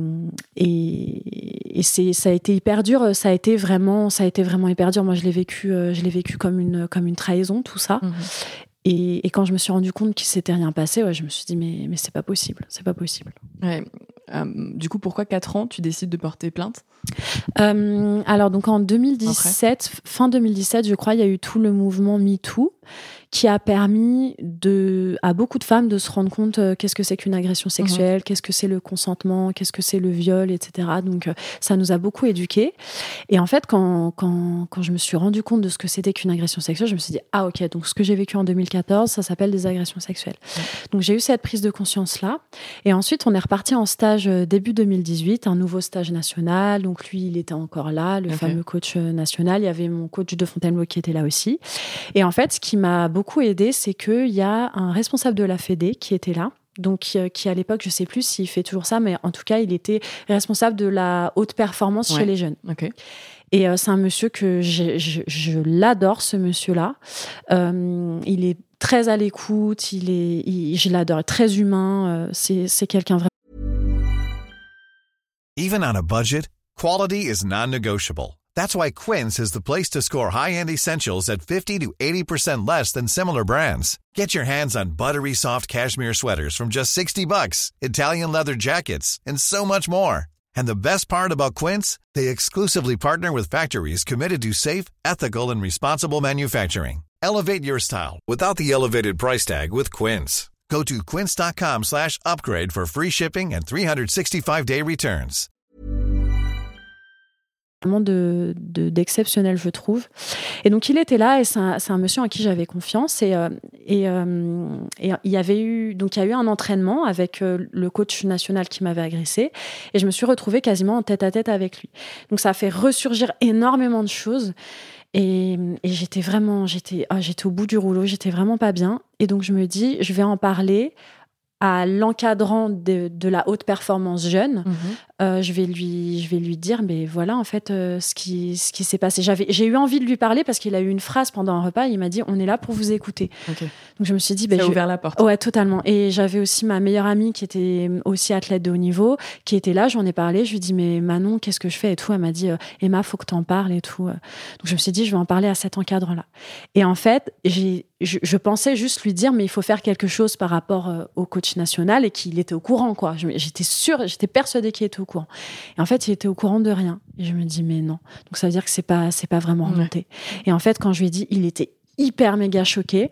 et, et c'est, ça a été hyper dur. Ça a été vraiment, ça a été vraiment hyper dur. Moi, je l'ai vécu, je l'ai vécu comme une, comme une trahison, tout ça. Mmh. Et, et quand je me suis rendu compte qu'il s'était rien passé, ouais, je me suis dit mais, mais c'est pas possible, c'est pas possible. Ouais. Euh, du coup, pourquoi quatre ans tu décides de porter plainte? euh, Alors donc en deux mille dix-sept, Après. fin deux mille dix-sept, je crois, il y a eu tout le mouvement MeToo qui a permis de, à beaucoup de femmes de se rendre compte euh, qu'est-ce que c'est qu'une agression sexuelle, mmh. qu'est-ce que c'est le consentement, qu'est-ce que c'est le viol, et cetera. Donc euh, ça nous a beaucoup éduqués. Et en fait, quand, quand, quand je me suis rendu compte de ce que c'était qu'une agression sexuelle, je me suis dit, ah ok, donc ce que j'ai vécu en deux mille quatorze, ça s'appelle des agressions sexuelles. Mmh. Donc j'ai eu cette prise de conscience-là. Et ensuite, on est reparti en stage euh, début deux mille dix-huit, un nouveau stage national. Donc lui, il était encore là, le okay. fameux coach national. Il y avait mon coach de Fontainebleau qui était là aussi. Et en fait, ce qui m'a beaucoup aidé, c'est qu'il y a un responsable de la Fédé qui était là, donc qui, qui à l'époque, je ne sais plus s'il fait toujours ça, mais en tout cas, il était responsable de la haute performance ouais. chez les jeunes. Okay. Et euh, c'est un monsieur que je, je, je l'adore, ce monsieur-là. Euh, il est très à l'écoute, il est, il, je l'adore, très humain. Euh, c'est, c'est quelqu'un vraiment. Even on a budget, quality is non-negotiable. That's why Quince is the place to score high-end essentials at fifty to eighty percent less than similar brands. Get your hands on buttery soft cashmere sweaters from just sixty bucks, Italian leather jackets, and so much more. And the best part about Quince, they exclusively partner with factories committed to safe, ethical, and responsible manufacturing. Elevate your style without the elevated price tag with Quince. Go to quince.com slash upgrade for free shipping and three sixty-five day returns. Vraiment de, de, d'exceptionnel, je trouve. Et donc, il était là et c'est un, c'est un monsieur en qui j'avais confiance. Et, euh, et, euh, et il y avait eu, donc, il y a eu un entraînement avec euh, le coach national qui m'avait agressée. Et je me suis retrouvée quasiment en tête-à-tête avec lui. Donc, ça a fait ressurgir énormément de choses. Et, et j'étais vraiment, j'étais, oh, j'étais au bout du rouleau, j'étais vraiment pas bien. Et donc, je me dis, je vais en parler à l'encadrant de, de la haute performance jeune. Mmh. Euh, je vais lui, je vais lui dire, mais voilà, en fait, euh, ce qui, ce qui s'est passé. J'avais, j'ai eu envie de lui parler parce qu'il a eu une phrase pendant un repas. Il m'a dit, on est là pour vous écouter. Okay. Donc je me suis dit, ben, ça a je... ouvert la porte. Ouais, totalement. Et j'avais aussi ma meilleure amie qui était aussi athlète de haut niveau, qui était là. J'en ai parlé. Je lui ai dit, mais Manon, qu'est-ce que je fais et tout. Elle m'a dit, Emma, faut que t'en parles et tout. Donc je me suis dit, je vais en parler à cet encadre-là. Et en fait, j'ai, je, je pensais juste lui dire, mais il faut faire quelque chose par rapport euh, au coach national et qu'il était au courant, quoi. J'étais sûre, j'étais persuadée qu'il était au courant. Et en fait, il était au courant de rien. Et je me dis, mais non. Donc, ça veut dire que c'est pas, c'est pas vraiment remonté. Ouais. Et en fait, quand je lui ai dit, il était hyper méga choqué.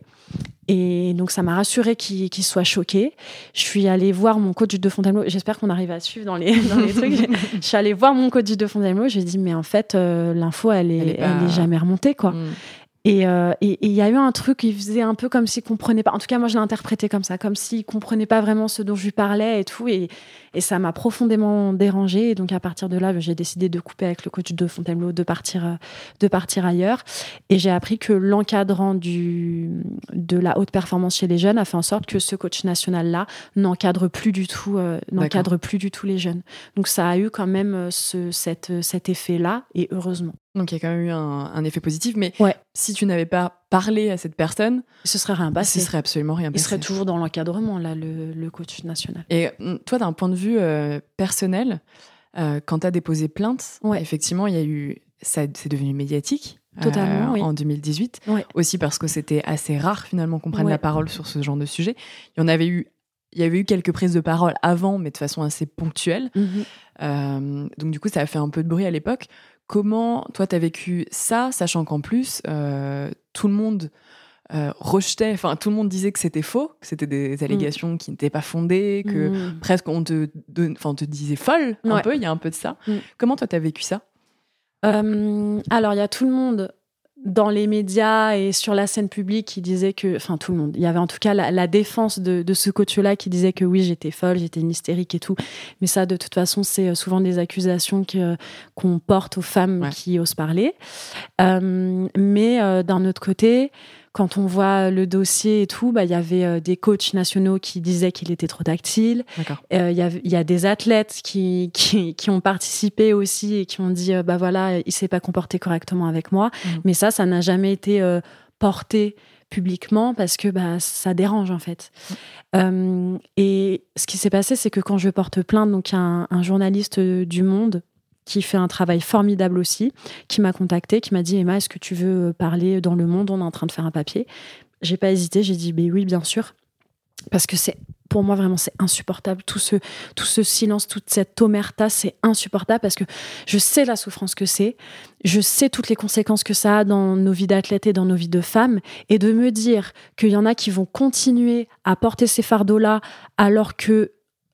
Et donc, ça m'a rassurée qu'il, qu'il soit choqué. Je suis allée voir mon coach de Fontainebleau. J'espère qu'on arrive à suivre dans les, dans les trucs. Je suis allée voir mon coach de Fontainebleau. Je lui ai dit, mais en fait, euh, l'info, elle est, elle est, pas... elle est jamais remontée, quoi. Mm. Et il euh, et, et y a eu un truc, il faisait un peu comme s'il comprenait pas. En tout cas, moi, je l'ai interprété comme ça, comme s'il comprenait pas vraiment ce dont je lui parlais et tout. Et, et ça m'a profondément dérangée. Et donc, à partir de là, j'ai décidé de couper avec le coach de Fontainebleau, de partir, de partir ailleurs. Et j'ai appris que l'encadrant du, de la haute performance chez les jeunes a fait en sorte que ce coach national-là n'encadre plus du tout, euh, n'encadre plus du tout les jeunes. Donc, ça a eu quand même ce, cette, cet effet-là, et heureusement. Donc, il y a quand même eu un, un effet positif. Mais ouais. si tu n'avais pas parlé à cette personne, ce serait rien passé. Ce serait absolument rien passé. Il serait toujours dans l'encadrement, là, le, le coach national. Et toi, d'un point de vue euh, personnel, euh, quand tu as déposé plainte, ouais. effectivement, il y a eu, ça, c'est devenu médiatique. Totalement, euh, oui. En deux mille dix-huit. Ouais. Aussi parce que c'était assez rare, finalement, qu'on prenne ouais. la parole sur ce genre de sujet. Il y en avait eu. Il y avait eu quelques prises de parole avant, mais de façon assez ponctuelle. Mm-hmm. Euh, donc, du coup, ça a fait un peu de bruit à l'époque. Comment, toi, t'as vécu ça, sachant qu'en plus, euh, tout le monde euh, rejetait, enfin, tout le monde disait que c'était faux, que c'était des allégations mmh. qui n'étaient pas fondées, que mmh. presque on te, de, on te disait folle, un ouais. peu, il y a un peu de ça. Mmh. Comment, toi, t'as vécu ça ? euh, Alors, il y a tout le monde dans les médias et sur la scène publique qui disait que, enfin tout le monde, il y avait en tout cas la, la défense de, de ce coach-là qui disait que oui, j'étais folle, j'étais une hystérique et tout. Mais ça, de toute façon, c'est souvent des accusations que, qu'on porte aux femmes ouais. qui osent parler. Euh, mais euh, d'un autre côté, quand on voit le dossier et tout, bah, y avait euh, des coachs nationaux qui disaient qu'il était trop tactile. Il euh, y, a, y a des athlètes qui, qui, qui ont participé aussi et qui ont dit, euh, bah voilà, il s'est pas comporté correctement avec moi. Mmh. Mais ça, ça n'a jamais été euh, porté publiquement parce que bah, ça dérange en fait. Mmh. Euh, et ce qui s'est passé, c'est que quand je porte plainte, donc un, un journaliste du Monde qui fait un travail formidable aussi, qui m'a contactée, qui m'a dit « Emma, est-ce que tu veux parler dans Le Monde ? On est en train de faire un papier. » J'ai pas hésité, j'ai dit ben « oui, bien sûr ». Parce que c'est, pour moi, vraiment, c'est insupportable. Tout ce, tout ce silence, toute cette omerta, c'est insupportable parce que je sais la souffrance que c'est. Je sais toutes les conséquences que ça a dans nos vies d'athlètes et dans nos vies de femmes. Et de me dire qu'il y en a qui vont continuer à porter ces fardeaux-là alors que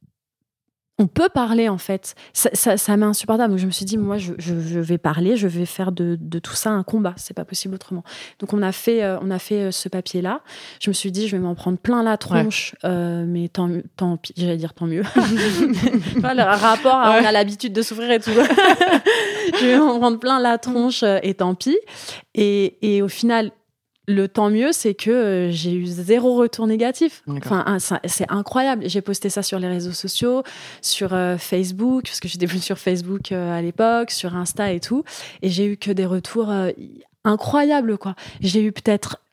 on peut parler, en fait. Ça, ça, ça m'est insupportable. Donc, je me suis dit, moi, je, je, je vais parler, je vais faire de, de tout ça un combat. C'est pas possible autrement. Donc, on a fait, euh, on a fait euh, ce papier-là. Je me suis dit, je vais m'en prendre plein la tronche, ouais. euh, mais tant, tant pis. J'allais dire tant mieux. Enfin, le rapport à ouais. on a l'habitude de souffrir et tout. Je vais m'en prendre plein la tronche euh, et tant pis. Et, et au final, le tant mieux, c'est que euh, j'ai eu zéro retour négatif. Enfin, un, ça, c'est incroyable. J'ai posté ça sur les réseaux sociaux, sur euh, Facebook, parce que j'étais plus sur Facebook euh, à l'époque, sur Insta et tout. Et j'ai eu que des retours euh, incroyables, quoi. J'ai eu peut-être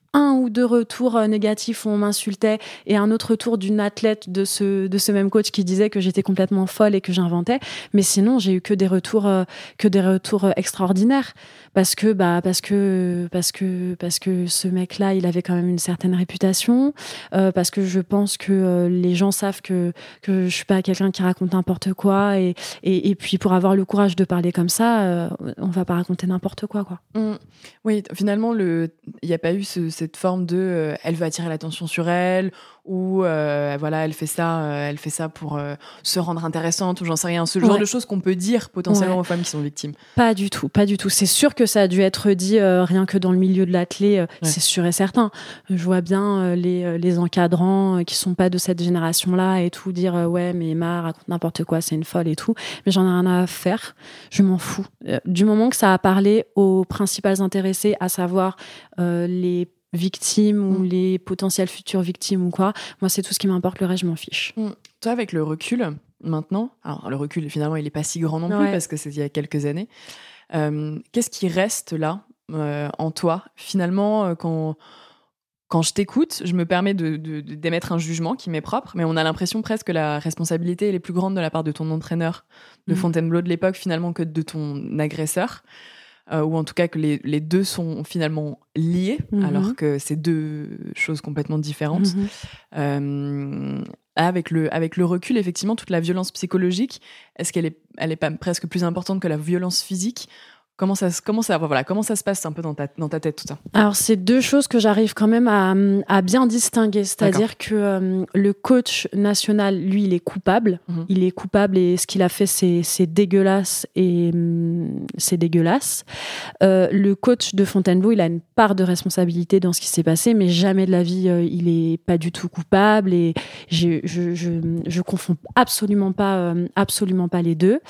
un ou deux retours négatifs où on m'insultait et un autre retour d'une athlète de ce, de ce même coach qui disait que j'étais complètement folle et que j'inventais. Mais sinon, j'ai eu que des retours, euh, que des retours extraordinaires parce que, bah, parce que, parce que, parce que ce mec-là, il avait quand même une certaine réputation, euh, parce que je pense que euh, les gens savent que, que je suis pas quelqu'un qui raconte n'importe quoi et, et, et puis pour avoir le courage de parler comme ça, euh, on va pas raconter n'importe quoi, quoi. Mmh. Oui, finalement, le, il n'y a pas eu ce, cette forme de, euh, elle veut attirer l'attention sur elle, ou euh, voilà, elle fait ça, euh, elle fait ça pour euh, se rendre intéressante, ou j'en sais rien, ce genre ouais. de choses qu'on peut dire potentiellement ouais. aux femmes qui sont victimes. Pas du tout, pas du tout. C'est sûr que ça a dû être dit euh, rien que dans le milieu de l'athlé, euh, ouais. c'est sûr et certain. Je vois bien euh, les, les encadrants euh, qui sont pas de cette génération-là et tout dire euh, ouais mais Emma raconte n'importe quoi, c'est une folle et tout. Mais j'en ai rien à faire, je m'en fous. Euh, du moment que ça a parlé aux principales intéressées, à savoir euh, les victimes ou mmh. les potentielles futures victimes ou quoi, moi c'est tout ce qui m'importe, le reste je m'en fiche. Mmh. Toi avec le recul maintenant, alors le recul finalement il est pas si grand non plus ouais. parce que c'est il y a quelques années, euh, qu'est-ce qui reste là euh, en toi finalement euh, quand quand je t'écoute, je me permets de, de, de, d'émettre un jugement qui m'est propre, mais on a l'impression presque que la responsabilité elle est plus grande de la part de ton entraîneur de mmh. Fontainebleau de l'époque finalement que de ton agresseur. Euh, ou en tout cas que les, les deux sont finalement liés, mmh. alors que c'est deux choses complètement différentes. Mmh. Euh, avec, le, avec le recul, effectivement, toute la violence psychologique, est-ce qu'elle est, elle est pas presque plus importante que la violence physique ? Comment ça, comment, ça, voilà, comment ça se passe un peu dans ta, dans ta tête, tout ça ? Alors, c'est deux choses que j'arrive quand même à, à bien distinguer. C'est-à-dire D'accord. que euh, le coach national, lui, il est coupable. Mm-hmm. Il est coupable et ce qu'il a fait, c'est, c'est dégueulasse. Et hum, c'est dégueulasse. Euh, le coach de Fontainebleau, il a une part de responsabilité dans ce qui s'est passé, mais jamais de la vie, euh, il est pas du tout coupable. Et je, je, je, je confonds absolument pas, euh, absolument pas les deux.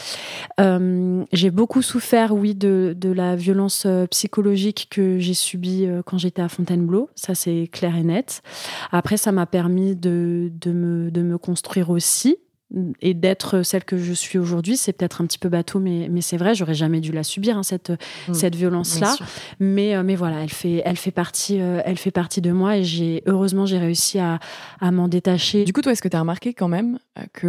Euh, j'ai beaucoup souffert, oui, de de la violence psychologique que j'ai subie quand j'étais à Fontainebleau, ça c'est clair et net. Après, ça m'a permis de, de, me, de me construire aussi et d'être celle que je suis aujourd'hui. C'est peut-être un petit peu bateau, mais, mais c'est vrai, j'aurais jamais dû la subir, hein, cette, mmh, cette violence-là. Mais, mais voilà, elle fait, elle, fait partie, elle fait partie de moi et j'ai, heureusement, j'ai réussi à, à m'en détacher. Du coup, toi, est-ce que tu as remarqué quand même que,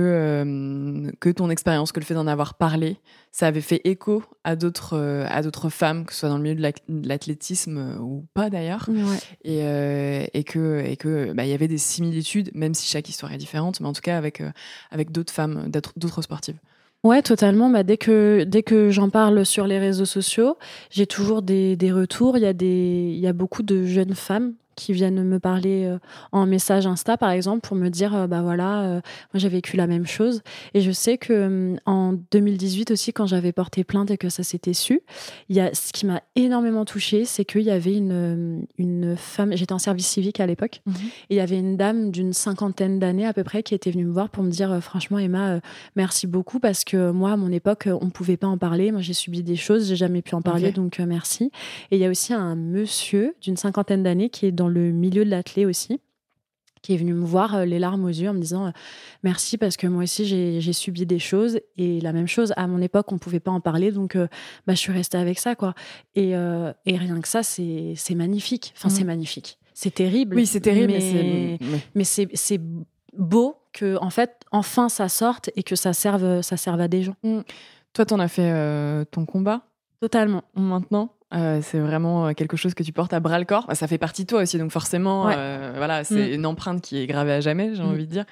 euh, que ton expérience, que le fait d'en avoir parlé, ça avait fait écho à d'autres, euh, à d'autres femmes, que ce soit dans le milieu de, la, de l'athlétisme euh, ou pas d'ailleurs, ouais. et, euh, et que et que bah, y avait des similitudes, même si chaque histoire est différente, mais en tout cas avec euh, avec d'autres femmes, d'autres, d'autres sportives. Ouais, totalement. Bah, dès que dès que j'en parle sur les réseaux sociaux, j'ai toujours des des retours. Il y a des il y a beaucoup de jeunes femmes qui viennent me parler euh, en message Insta, par exemple, pour me dire, euh, bah voilà, euh, moi j'ai vécu la même chose. Et je sais que euh, en deux mille dix-huit aussi, quand j'avais porté plainte et que ça s'était su, il y a ce qui m'a énormément touchée, c'est qu'il y avait une une femme, j'étais en service civique à l'époque, mmh. et il y avait une dame d'une cinquantaine d'années à peu près qui était venue me voir pour me dire, euh, franchement Emma, euh, merci beaucoup parce que moi à mon époque on pouvait pas en parler. Moi j'ai subi des choses, j'ai jamais pu en parler, okay. donc euh, merci. Et il y a aussi un monsieur d'une cinquantaine d'années qui est dans le milieu de l'athlé aussi, qui est venu me voir euh, les larmes aux yeux en me disant euh, merci parce que moi aussi j'ai, j'ai subi des choses et la même chose à mon époque on pouvait pas en parler donc euh, bah, je suis restée avec ça quoi et, euh, et rien que ça c'est, c'est magnifique enfin mmh. c'est magnifique c'est terrible oui c'est terrible mais, mais, c'est... Mais... mais c'est, c'est beau que en fait enfin ça sorte et que ça serve, ça serve à des gens. mmh. Toi t'en as fait euh, ton combat totalement maintenant. Euh, c'est vraiment quelque chose que tu portes à bras le corps. Ça fait partie de toi aussi, donc forcément, ouais. euh, voilà, c'est mmh. une empreinte qui est gravée à jamais, j'ai mmh. envie de dire.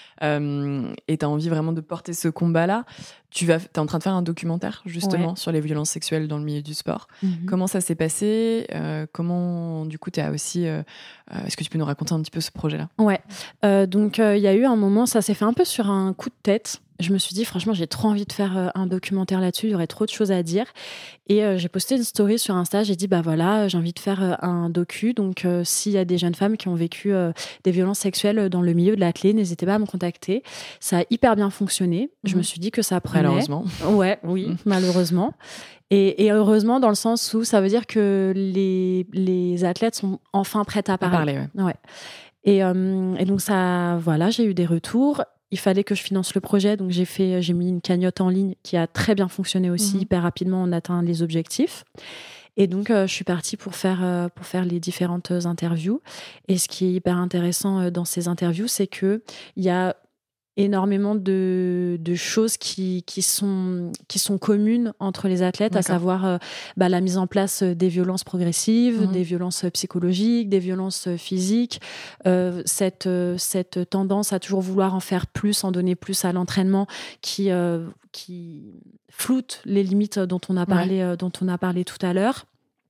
Euh, et tu as envie vraiment de porter ce combat-là. Tu vas, t'es en train de faire un documentaire justement ouais. sur les violences sexuelles dans le milieu du sport. Mmh. Comment ça s'est passé ? euh, Comment, du coup, tu as aussi. Euh, euh, est-ce que tu peux nous raconter un petit peu ce projet-là ? Ouais. Euh, donc, il euh, y a eu un moment, ça s'est fait un peu sur un coup de tête. Je me suis dit, franchement, j'ai trop envie de faire euh, un documentaire là-dessus. Il y aurait trop de choses à dire. Et euh, j'ai posté une story sur Insta. J'ai dit, bah voilà, j'ai envie de faire euh, un docu. Donc, euh, s'il y a des jeunes femmes qui ont vécu euh, des violences sexuelles dans le milieu de l'athlé, n'hésitez pas à me contacter. Ça a hyper bien fonctionné. Mmh. Je me suis dit que ça prenait. Malheureusement. Ouais, oui, mmh. malheureusement. Et, et heureusement, dans le sens où ça veut dire que les, les athlètes sont enfin prêtes à parler. À parler, ouais. ouais. Et, euh, et donc, ça, voilà, j'ai eu des retours. Il fallait que je finance le projet, donc j'ai fait, j'ai mis une cagnotte en ligne qui a très bien fonctionné aussi, mmh. hyper rapidement, on atteint les objectifs. Et donc, euh, je suis partie pour faire, euh, pour faire les différentes interviews. Et ce qui est hyper intéressant euh, dans ces interviews, c'est qu'il y a énormément de, de choses qui, qui, sont, qui sont communes entre les athlètes, D'accord. à savoir euh, bah, la mise en place des violences progressives, mmh. des violences psychologiques, des violences physiques, euh, cette, euh, cette tendance à toujours vouloir en faire plus, en donner plus à l'entraînement qui, euh, qui floute les limites dont on a parlé, ouais. euh, dont on a parlé tout à l'heure.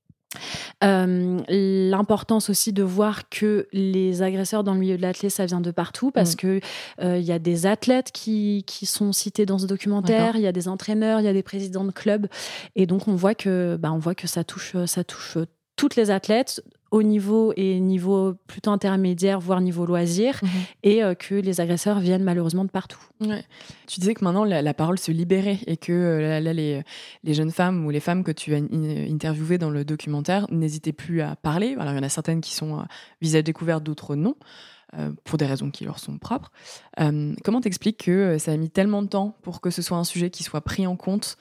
Euh, l'importance aussi de voir que les agresseurs dans le milieu de l'athlète, ça vient de partout parce mmh. que euh, y a des athlètes qui, qui sont cités dans ce documentaire, il y a des entraîneurs, il y a des présidents de clubs, et donc on voit que, bah, on voit que ça touche, ça touche toutes les athlètes, haut niveau et niveau plutôt intermédiaire, voire niveau loisir, mmh. et euh, que les agresseurs viennent malheureusement de partout. Ouais. Tu disais que maintenant la, la parole se libérait et que euh, là, les, les jeunes femmes ou les femmes que tu as in- interviewées dans le documentaire n'hésitaient plus à parler. Alors il y en a certaines qui sont euh, visage découvert, d'autres non, euh, pour des raisons qui leur sont propres. Euh, comment t'expliques que euh, ça a mis tellement de temps pour que ce soit un sujet qui soit pris en compte?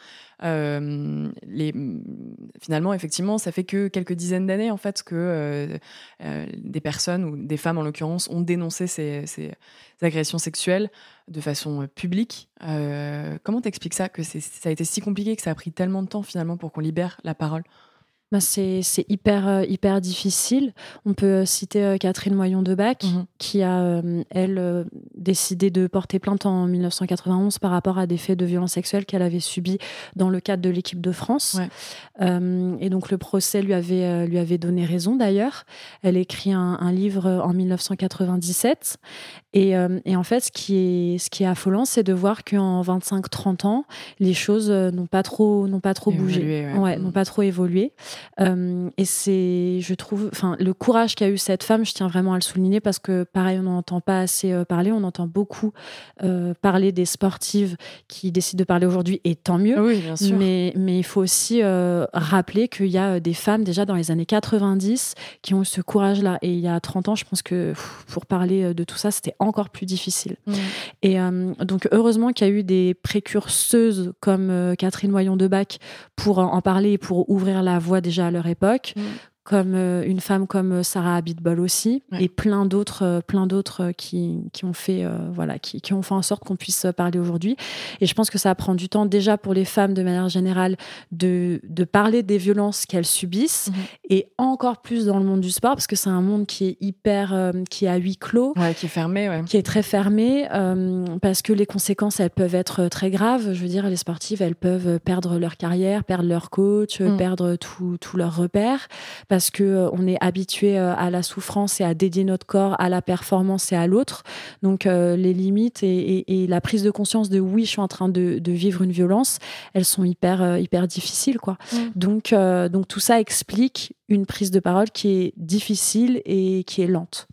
Euh, les, finalement, effectivement, ça fait que quelques dizaines d'années en fait que euh, euh, des personnes ou des femmes en l'occurrence ont dénoncé ces, ces agressions sexuelles de façon publique. Euh, comment t'expliques ça, que c'est, ça a été si compliqué, que ça a pris tellement de temps finalement pour qu'on libère la parole? Ben c'est, c'est hyper, euh, hyper difficile. On peut citer euh, Catherine Moyon-Debac, mmh. qui a, euh, elle, euh, décidé de porter plainte en dix-neuf cent quatre-vingt-onze par rapport à des faits de violences sexuelles qu'elle avait subis dans le cadre de l'équipe de France. Ouais. Euh, et donc, le procès lui avait, euh, lui avait donné raison, d'ailleurs. Elle écrit un, un livre en dix-neuf cent quatre-vingt-dix-sept. Et, euh, et en fait, ce qui est, ce qui est affolant, c'est de voir qu'en vingt-cinq trente ans, les choses n'ont pas trop, n'ont pas trop bougé. Évolué, ouais. Ouais, n'ont pas trop évolué. Euh, et c'est, je trouve, enfin, le courage qu'a eu cette femme, je tiens vraiment à le souligner parce que, pareil, on n'en entend pas assez euh, parler. On entend beaucoup euh, parler des sportives qui décident de parler aujourd'hui, et tant mieux. Oui, bien sûr. Mais, mais il faut aussi euh, rappeler qu'il y a des femmes déjà dans les années quatre-vingt-dix qui ont eu ce courage-là. Et il y a trente ans, je pense que pff, pour parler de tout ça, c'était encore plus difficile. Mmh. Et euh, donc, heureusement qu'il y a eu des précurseuses comme euh, Catherine Moyon-Debac pour en parler et pour ouvrir la voie déjà à leur époque, mmh. comme euh, une femme comme Sarah Abitbol aussi, ouais. et plein d'autres, euh, plein d'autres qui, qui ont fait, euh, voilà, qui, qui ont fait en sorte qu'on puisse parler aujourd'hui. Et je pense que ça prend du temps déjà pour les femmes de manière générale de, de parler des violences qu'elles subissent, mmh. et encore plus dans le monde du sport parce que c'est un monde qui est hyper, euh, qui est à huis clos, ouais, qui est fermé, ouais. qui est très fermé, euh, parce que les conséquences elles peuvent être très graves. Je veux dire, les sportives elles peuvent perdre leur carrière, perdre leur coach, mmh. perdre tout, tout leurs repères. Parce qu'on euh, est habitué euh, à la souffrance et à dédier notre corps à la performance et à l'autre. Donc, euh, les limites et, et, et la prise de conscience de oui, je suis en train de, de vivre une violence, elles sont hyper, euh, hyper difficiles, quoi. Mmh. Donc, euh, donc, tout ça explique une prise de parole qui est difficile et qui est lente.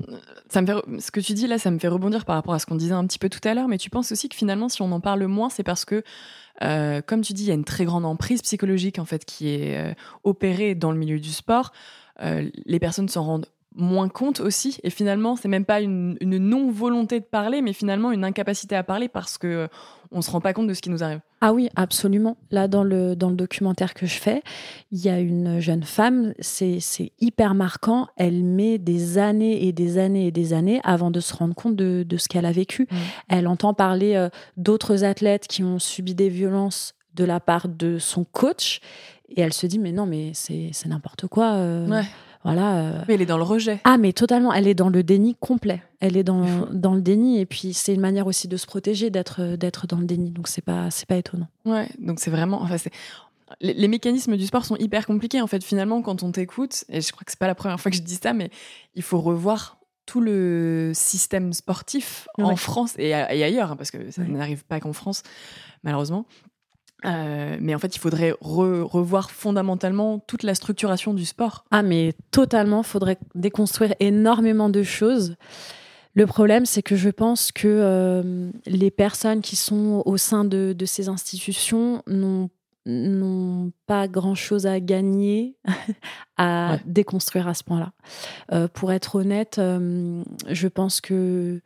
Ça me fait, ce que tu dis là, ça me fait rebondir par rapport à ce qu'on disait un petit peu tout à l'heure, mais tu penses aussi que finalement, si on en parle moins, c'est parce que Euh, comme tu dis, il y a une très grande emprise psychologique en fait qui est euh, opérée dans le milieu du sport. Euh, les personnes s'en rendent moins compte aussi, et finalement, c'est même pas une, une non-volonté de parler, mais finalement une incapacité à parler parce que euh, on se rend pas compte de ce qui nous arrive. Ah oui, absolument. Là, dans le, dans le documentaire que je fais, il y a une jeune femme, c'est, c'est hyper marquant, elle met des années et des années et des années avant de se rendre compte de, de ce qu'elle a vécu. Mmh. Elle entend parler euh, d'autres athlètes qui ont subi des violences de la part de son coach, et elle se dit, mais non, mais c'est, c'est n'importe quoi. Euh, ouais. Voilà, euh... Mais elle est dans le rejet. Ah, mais totalement. Elle est dans le déni complet. Elle est dans, dans le déni. Et puis, c'est une manière aussi de se protéger, d'être, d'être dans le déni. Donc, c'est pas, c'est pas étonnant. Ouais, donc c'est vraiment... Enfin, c'est... Les, les mécanismes du sport sont hyper compliqués, en fait, finalement, quand on t'écoute. Et je crois que c'est pas la première fois que je dis ça, mais il faut revoir tout le système sportif ouais. en France et, et ailleurs, hein, parce que ça ouais. n'arrive pas qu'en France, malheureusement. Euh, mais en fait, il faudrait re- revoir fondamentalement toute la structuration du sport. Ah, mais totalement, il faudrait déconstruire énormément de choses. Le problème, c'est que je pense que euh, les personnes qui sont au sein de, de ces institutions n'ont, n'ont pas grand-chose à gagner à ouais. déconstruire à ce point-là. Euh, pour être honnête, euh, je pense que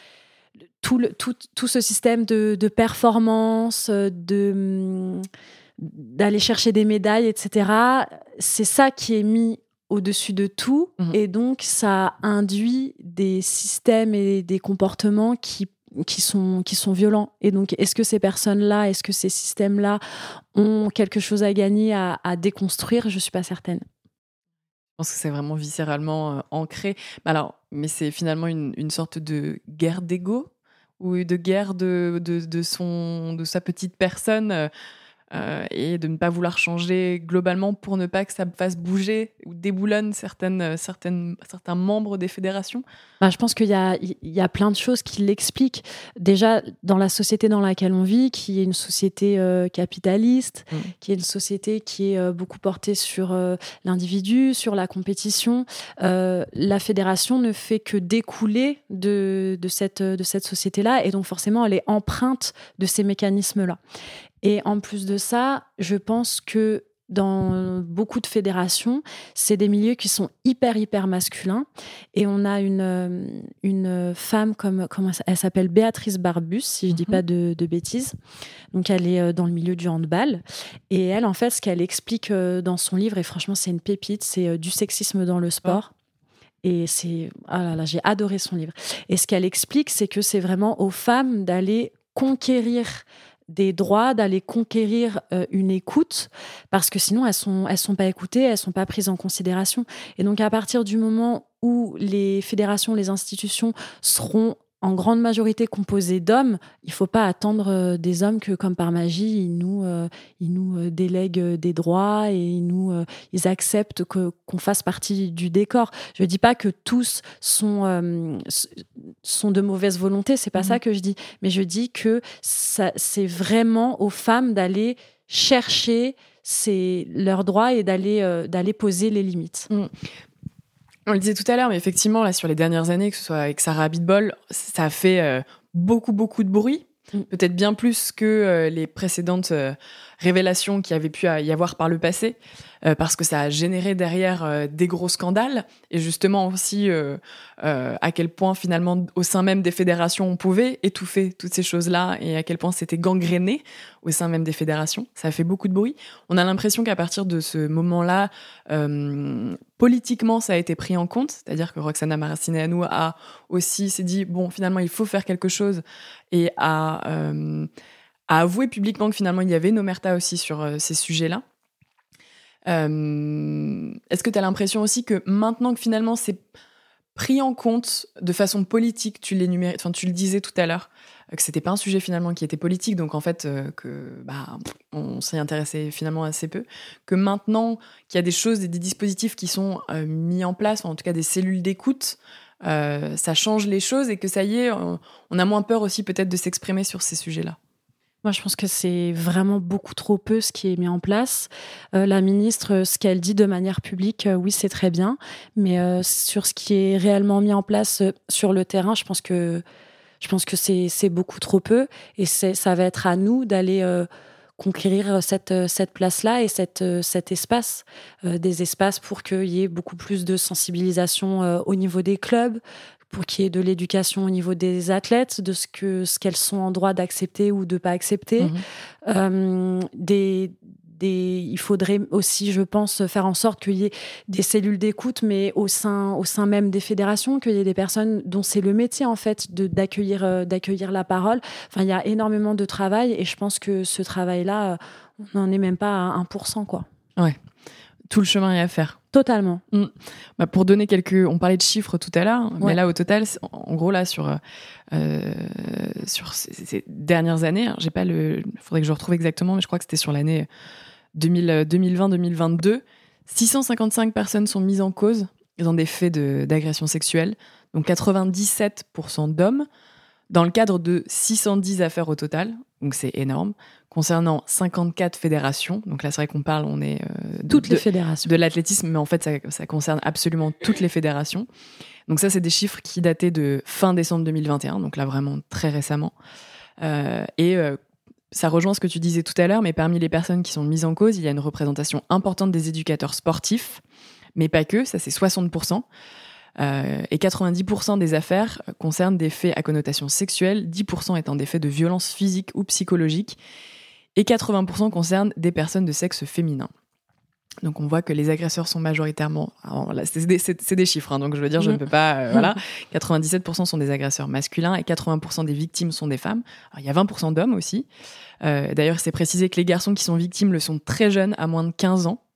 Tout, le, tout, tout ce système de, de performance, de, d'aller chercher des médailles, et cetera. C'est ça qui est mis au-dessus de tout. Mmh. Et donc, ça induit des systèmes et des comportements qui, qui, sont, qui sont violents. Et donc, est-ce que ces personnes-là, est-ce que ces systèmes-là ont quelque chose à gagner, à, à déconstruire ? Je ne suis pas certaine. Je pense que c'est vraiment viscéralement euh, ancré. Alors, mais c'est finalement une, une sorte de guerre d'ego ou de guerre de, de, de, son, de sa petite personne euh, euh, et de ne pas vouloir changer globalement pour ne pas que ça fasse bouger ou déboulonne certaines, certaines, certains membres des fédérations. Bah, je pense qu'il y a, il y a plein de choses qui l'expliquent. Déjà, dans la société dans laquelle on vit, qui est une société euh, capitaliste, mmh. qui est une société qui est euh, beaucoup portée sur euh, l'individu, sur la compétition, euh, la fédération ne fait que découler de, de, cette, de cette société-là, et donc forcément, elle est empreinte de ces mécanismes-là. Et en plus de ça, je pense que dans beaucoup de fédérations, c'est des milieux qui sont hyper, hyper masculins. Et on a une, une femme, comme, comme elle s'appelle Béatrice Barbus, si je ne dis pas de, de bêtises. Donc, elle est dans le milieu du handball. Et elle, en fait, ce qu'elle explique dans son livre, et franchement, c'est une pépite, c'est du sexisme dans le sport. Et c'est... Ah là là, j'ai adoré son livre. Et ce qu'elle explique, c'est que c'est vraiment aux femmes d'aller conquérir des droits, d'aller conquérir euh, une écoute, parce que sinon elles sont elles sont pas écoutées, elles sont pas prises en considération. Et donc à partir du moment où les fédérations, les institutions seront en grande majorité composées d'hommes, il faut pas attendre euh, des hommes que, comme par magie, ils nous euh, ils nous euh, délèguent des droits et ils nous euh, ils acceptent que qu'on fasse partie du décor. Je dis pas que tous sont euh, sont de mauvaise volonté, c'est pas mmh. ça que je dis, mais je dis que ça, c'est vraiment aux femmes d'aller chercher ces, leurs droits et d'aller euh, d'aller poser les limites. Mmh. On le disait tout à l'heure, mais effectivement, là, sur les dernières années, que ce soit avec Sarah Abitbol, ça a fait euh, beaucoup, beaucoup de bruit. Mm. Peut-être bien plus que euh, les précédentes euh, révélations qu'il y avait pu y avoir par le passé, euh, parce que ça a généré derrière euh, des gros scandales, et justement aussi euh, euh, à quel point, finalement, au sein même des fédérations, on pouvait étouffer toutes ces choses-là, et à quel point c'était gangréné au sein même des fédérations. Ça a fait beaucoup de bruit. On a l'impression qu'à partir de ce moment-là, euh, politiquement, ça a été pris en compte, c'est-à-dire que Roxana Maracineanu a aussi s'est dit, bon, finalement, il faut faire quelque chose, et a, euh, a avoué publiquement que finalement, il y avait une omerta aussi sur euh, ces sujets-là. Euh, est-ce que tu as l'impression aussi que maintenant que finalement, c'est pris en compte de façon politique, tu l'énumérais, enfin, tu le disais tout à l'heure, que c'était pas un sujet finalement qui était politique, donc en fait euh, que bah on s'y intéressait finalement assez peu, que maintenant qu'il y a des choses et des dispositifs qui sont euh, mis en place, en tout cas des cellules d'écoute, euh, ça change les choses et que ça y est, on, on a moins peur aussi peut-être de s'exprimer sur ces sujets-là. Moi, je pense que c'est vraiment beaucoup trop peu ce qui est mis en place. Euh, la ministre, ce qu'elle dit de manière publique, euh, oui, c'est très bien, mais euh, sur ce qui est réellement mis en place euh, sur le terrain, je pense que Je pense que c'est, c'est beaucoup trop peu, et c'est, ça va être à nous d'aller euh, conquérir cette, cette place-là et cette, cet espace, euh, des espaces pour qu'il y ait beaucoup plus de sensibilisation euh, au niveau des clubs, pour qu'il y ait de l'éducation au niveau des athlètes, de ce, que, ce qu'elles sont en droit d'accepter ou de ne pas accepter. Mmh. Euh, des... Des, il faudrait aussi, je pense, faire en sorte qu'il y ait des cellules d'écoute, mais au sein, au sein même des fédérations, qu'il y ait des personnes dont c'est le métier, en fait, de, d'accueillir, euh, d'accueillir la parole. Enfin, il y a énormément de travail, et je pense que ce travail-là, on n'en est même pas à un pour cent, quoi. Ouais. Tout le chemin est à faire. Totalement. Mmh. Bah, pour donner quelques... On parlait de chiffres tout à l'heure, ouais. mais là, au total, en gros, là, sur, euh, sur ces, ces dernières années, j'ai pas le... Il faudrait que je retrouve exactement, mais je crois que c'était sur l'année deux mille vingt deux mille vingt-deux, six cent cinquante-cinq personnes sont mises en cause dans des faits de, d'agression sexuelle, donc quatre-vingt-dix-sept pour cent d'hommes, dans le cadre de six cent dix affaires au total, donc c'est énorme, concernant cinquante-quatre fédérations. Donc là, c'est vrai qu'on parle, on est... Euh, de, toutes les de, fédérations. De l'athlétisme, mais en fait, ça, ça concerne absolument toutes les fédérations. Donc ça, c'est des chiffres qui dataient de fin décembre deux mille vingt et un, donc là, vraiment très récemment. Euh, et... Euh, Ça rejoint ce que tu disais tout à l'heure, mais parmi les personnes qui sont mises en cause, il y a une représentation importante des éducateurs sportifs, mais pas que, ça c'est soixante pour cent. Euh, et quatre-vingt-dix pour cent des affaires concernent des faits à connotation sexuelle, dix pour cent étant des faits de violence physique ou psychologique. et quatre-vingts pour cent concernent des personnes de sexe féminin. Donc on voit que les agresseurs sont majoritairement... Alors là, c'est, des, c'est, c'est des chiffres, hein, donc je veux dire, je ne peux pas... Euh, voilà. quatre-vingt-dix-sept pour cent sont des agresseurs masculins et quatre-vingts pour cent des victimes sont des femmes. Alors, il y a vingt pour cent d'hommes aussi. Euh, d'ailleurs, c'est précisé que les garçons qui sont victimes le sont très jeunes, à moins de quinze ans.